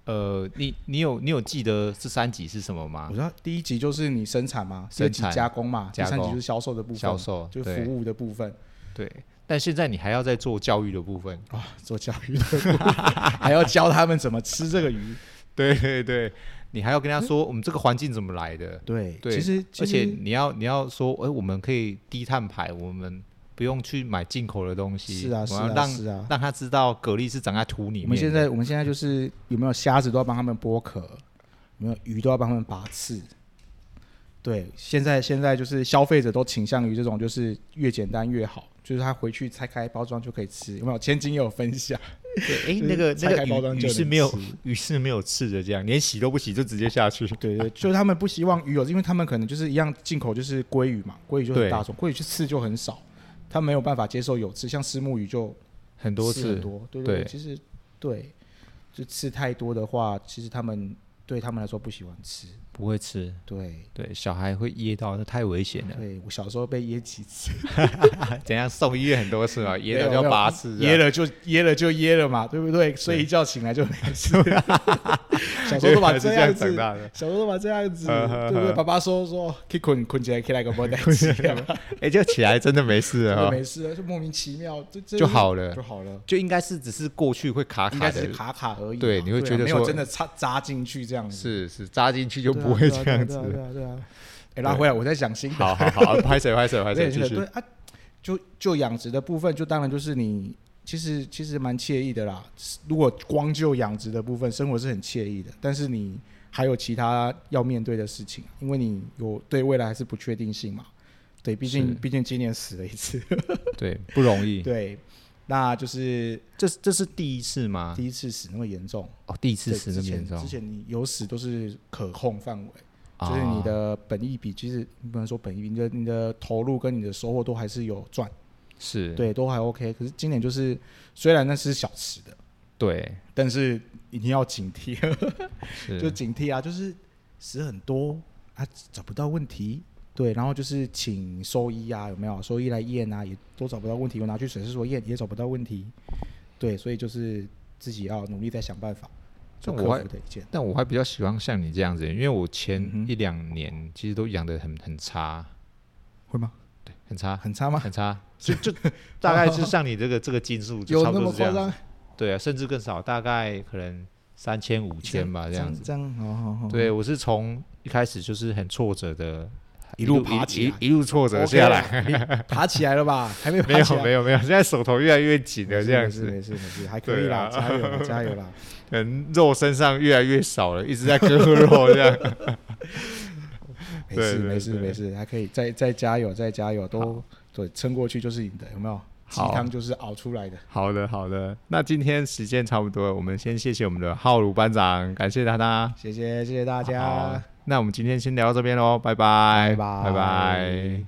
呃，你你有你有记得这三级是什么吗？ 我知道第一级就是你生产嘛，第二级加工嘛，第三级就是销售的部分， 销售就是服务的部分。 对，但现在你还要再做教育的部分啊，做教育的部分，还要教他们怎么吃这个鱼。 对对对，你还要跟他说我们这个环境怎么来的。 对， 对， 其实而且你要你要说，哎，我们可以低碳排，我们不用去买进口的东西。 是啊，是啊， 让是啊， 让他知道蛤蜊是长在土里面的。 我们现在我们现在就是有没有虾子都要帮他们剥壳，有没有鱼都要帮他们拔刺。对，现在现在就是消费者都倾向于这种，就是越简单越好，就是他回去拆开包装就可以吃，有没有？千金也有分享。 对，哎，那个那个鱼是没有鱼是没有刺的，这样连洗都不洗就直接下去。 对对，就是他们不希望鱼有，因为他们可能就是一样进口就是鲑鱼嘛，鲑鱼就很大众，鲑鱼去刺就很少，他没有办法接受有刺，像虱目鱼就很多次， 很多，对 对, 对，其实对，就刺太多的话，其实他们对他们来说不喜欢吃。 不会吃， 对对，小孩会噎到，那太危险了。 对，我小时候被噎几次， 怎样送医院很多次嘛，噎了就要拔刺， 噎了就噎了就噎了嘛，对不对？睡一觉醒来就没事。小时候都把这样子，小时候都把这样子，对不对？爸爸说说，可以困困起来，起来个没带起， 哎，就起来真的没事了， 没事了，就莫名其妙就就好了， 就好了， 就应该是只是过去会卡卡的， 应该是卡卡而已。 对，你会觉得没有真的插扎进去这样子， 是是扎进去就不会这样子。 对啊对啊，哎，拉回来，我在想新的。 好好好，拍谁拍谁拍谁，继续。 对啊，就就养殖的部分，就当然就是你其实其实蛮惬意的啦。如果光就养殖的部分，生活是很惬意的，但是你还有其他要面对的事情，因为你有对未来还是不确定性嘛。对，毕竟毕竟今年死了一次， 对，不容易。 对，那就是这这是第一次吗？ 第一次死那么严重哦，第一次死那么严重。 之前你有死都是可控范围。就是你的本益比，其实你不能说本益比，你的你的投入跟你的收获都还是有赚， 是对，都还 OK。可是今年就是虽然那是小池的， 对， 但是一定要警惕，就警惕啊，就是死很多啊，找不到问题，对，然后就是請兽医啊，有没有兽医来验啊，也都找不到问题，我拿去水试所验也找不到问题，对，所以就是自己要努力再想办法。 但我还但我还比较喜欢像你这样子，因为我前一两年其实都养得很很差。 会吗？ 对，很差， 很差吗？ 很差，就就大概是像你这个这个斤数，就差不多是这样。 有那么夸张？ 对啊，甚至更少，大概可能三千五千吧，这样子。 这样，好好好。 对，我是从一开始就是很挫折的。 一路爬起来， 一路挫折下来， okay 爬起来了吧？还没爬起来？没有没有没有，现在手头越来越紧了，这样子。 没事没事，还可以啦，加油啦加油啦！ 嗯，肉身上越来越少了，一直在割肉这样。 没事没事没事，还可以再再加油再加油，都对撑过去就是你的，有没有？鸡汤就是熬出来的。 好的好的，那今天时间差不多了，我们先谢谢我们的浩儒班长，感谢他他， 谢谢谢谢大家。 那我们今天先聊到这边咯，拜拜， 拜拜， 拜拜。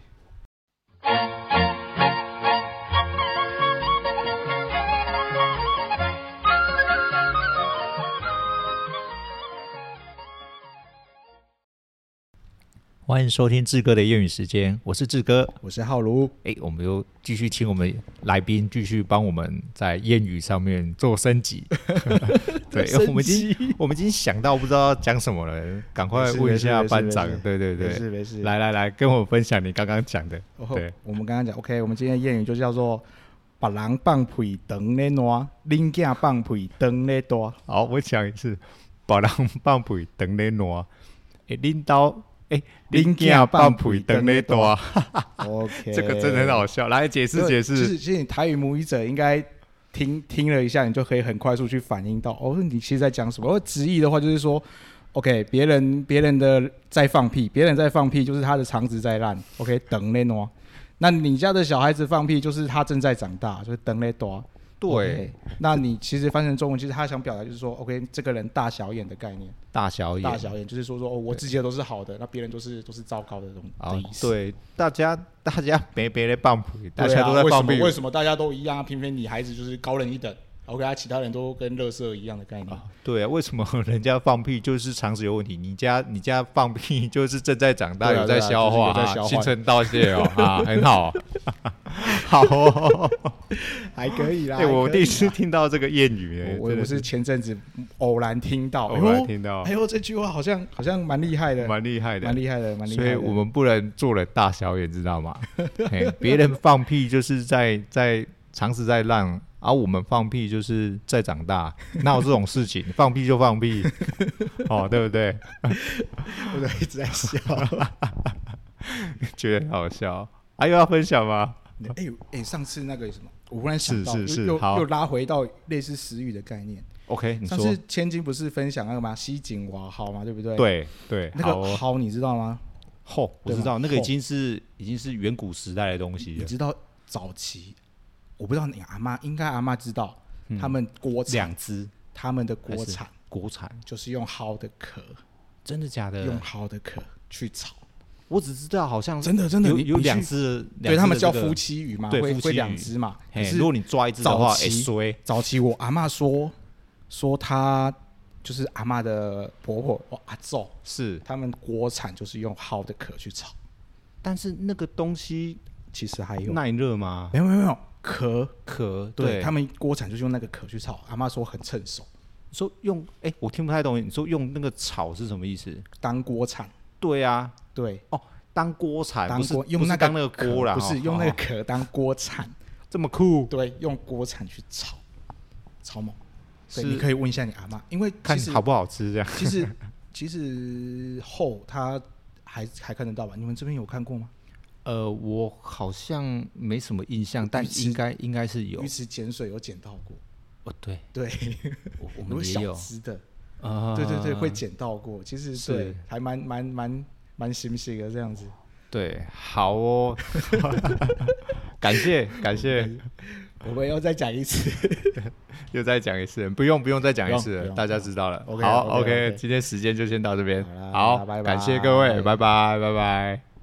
欢迎收听志哥的谚语时间，我是志哥， 我是浩儒。 哎，我们又继续听我们来宾继续帮我们在谚语上面做升级。对，我们已经我们已经想到不知道讲什么了，赶快问一下班长。对对对， 没事没事。 来来来，跟我分享你刚刚讲的。对， 我们刚刚讲 ，OK， 我们今天的谚语就叫做“别人放屁长咧烂，恁囝放屁长咧大”。 好，我讲一次，“别人放屁长咧烂，哎，恁兜。”哎，恁囝放屁长咧大 ，OK， 这个真的很好笑。来解释解释， 其实其实你台语母语者应该听听了一下，你就可以很快速去反应到，哦，你其实在讲什么。直译的话就是说 ，OK， 别人别人的在放屁，别人在放屁就是他的肠子在烂 ，OK， 长咧烂。那你家的小孩子放屁就是他正在长大，就是长咧大。 对， okay， 那你其实翻成中文，其实他想表达就是说 ，OK， 这个人大小眼的概念， 大小眼， 大小眼就是说说，哦，我自己的都是好的，那别人都是都是糟糕的这种的意思。 对，大家大家别别的放屁，大家都在放屁， 为什么大家都一样？偏偏你孩子就是高人一等 ，OK， 啊，其他人都跟垃圾一样的概念。啊对啊，为什么人家放屁就是肠子有问题？你家你家放屁就是正在长大，有在消化，新陈代谢哦，啊，很好。 好哦， 还可以啦。 哎、我第一次还可以啦听到这个谚语、欸， 我我我是前阵子偶然听到， 偶然听到哎呦，哎呦这句话好像好像蛮厉害的， 蛮厉害的， 蛮厉害的，蛮厉害的。 所以我们不能做人大小眼，知道吗？嘿别人放屁就是在在尝试在让，而、啊、我们放屁就是在长大，哪有这种事情？放屁就放屁，哦，对不对？ 我都一直在笑， 觉得很好笑。啊，又要分享吗？ 哎哎，上次那个什么，我忽然想到， 是是是又好又拉回到类似食语的概念。 OK， 你说上次千金不是分享那个吗？西井娃蒿嘛，对不对？ 对对， 那个蒿你知道吗？ 后、哦、我知道那个已经是已经是远古时代的东西了。 你知道早期，我不知道你阿妈应该阿妈知道，嗯、他们锅铲两只， 他们的锅铲锅铲就是用蒿的壳， 真的假的？ 用蒿的壳去炒。 我只知道好像真的真的有有两只， 对他们叫夫妻鱼嘛， 对， 会会两只嘛。 可是如果你抓一只的话，哎衰。 早期我阿嬷说说她就是阿嬷的婆婆哦阿祖是他们锅铲就是用蒿的壳去炒， 但是那个东西其实还有耐热吗？ 没有没有没有壳壳， 对他们锅铲就是用那个壳去炒，阿嬷说很趁手。 你说用哎、欸，我听不太懂，你说用那个炒是什么意思？ 当锅铲？ 对啊， 对哦。当锅铲， 当锅用那个当那个锅啦， 不是用那个壳当锅铲， 这么酷？ 对，用锅铲去炒，超猛。对，你可以问一下你阿嬷，因为看好不好吃这样。 其实其实后他还还看得到吧？你们这边有看过吗？ 呃，我好像没什么印象，但应该应该是有。 鱼池碱水有捡到过。 哦，对对， 我我们也有小只的， 啊， 对对对，会捡到过。其实对，还蛮蛮蛮。蛮新鲜的这样子， 对，好哦，感谢感谢， 我们要再讲一次， 又再讲一次，不用不用再讲一次了，大家知道了。 Okay, 好 ，OK， OK， 今天时间就先到这边， 好， 好，感谢各位，拜拜拜拜。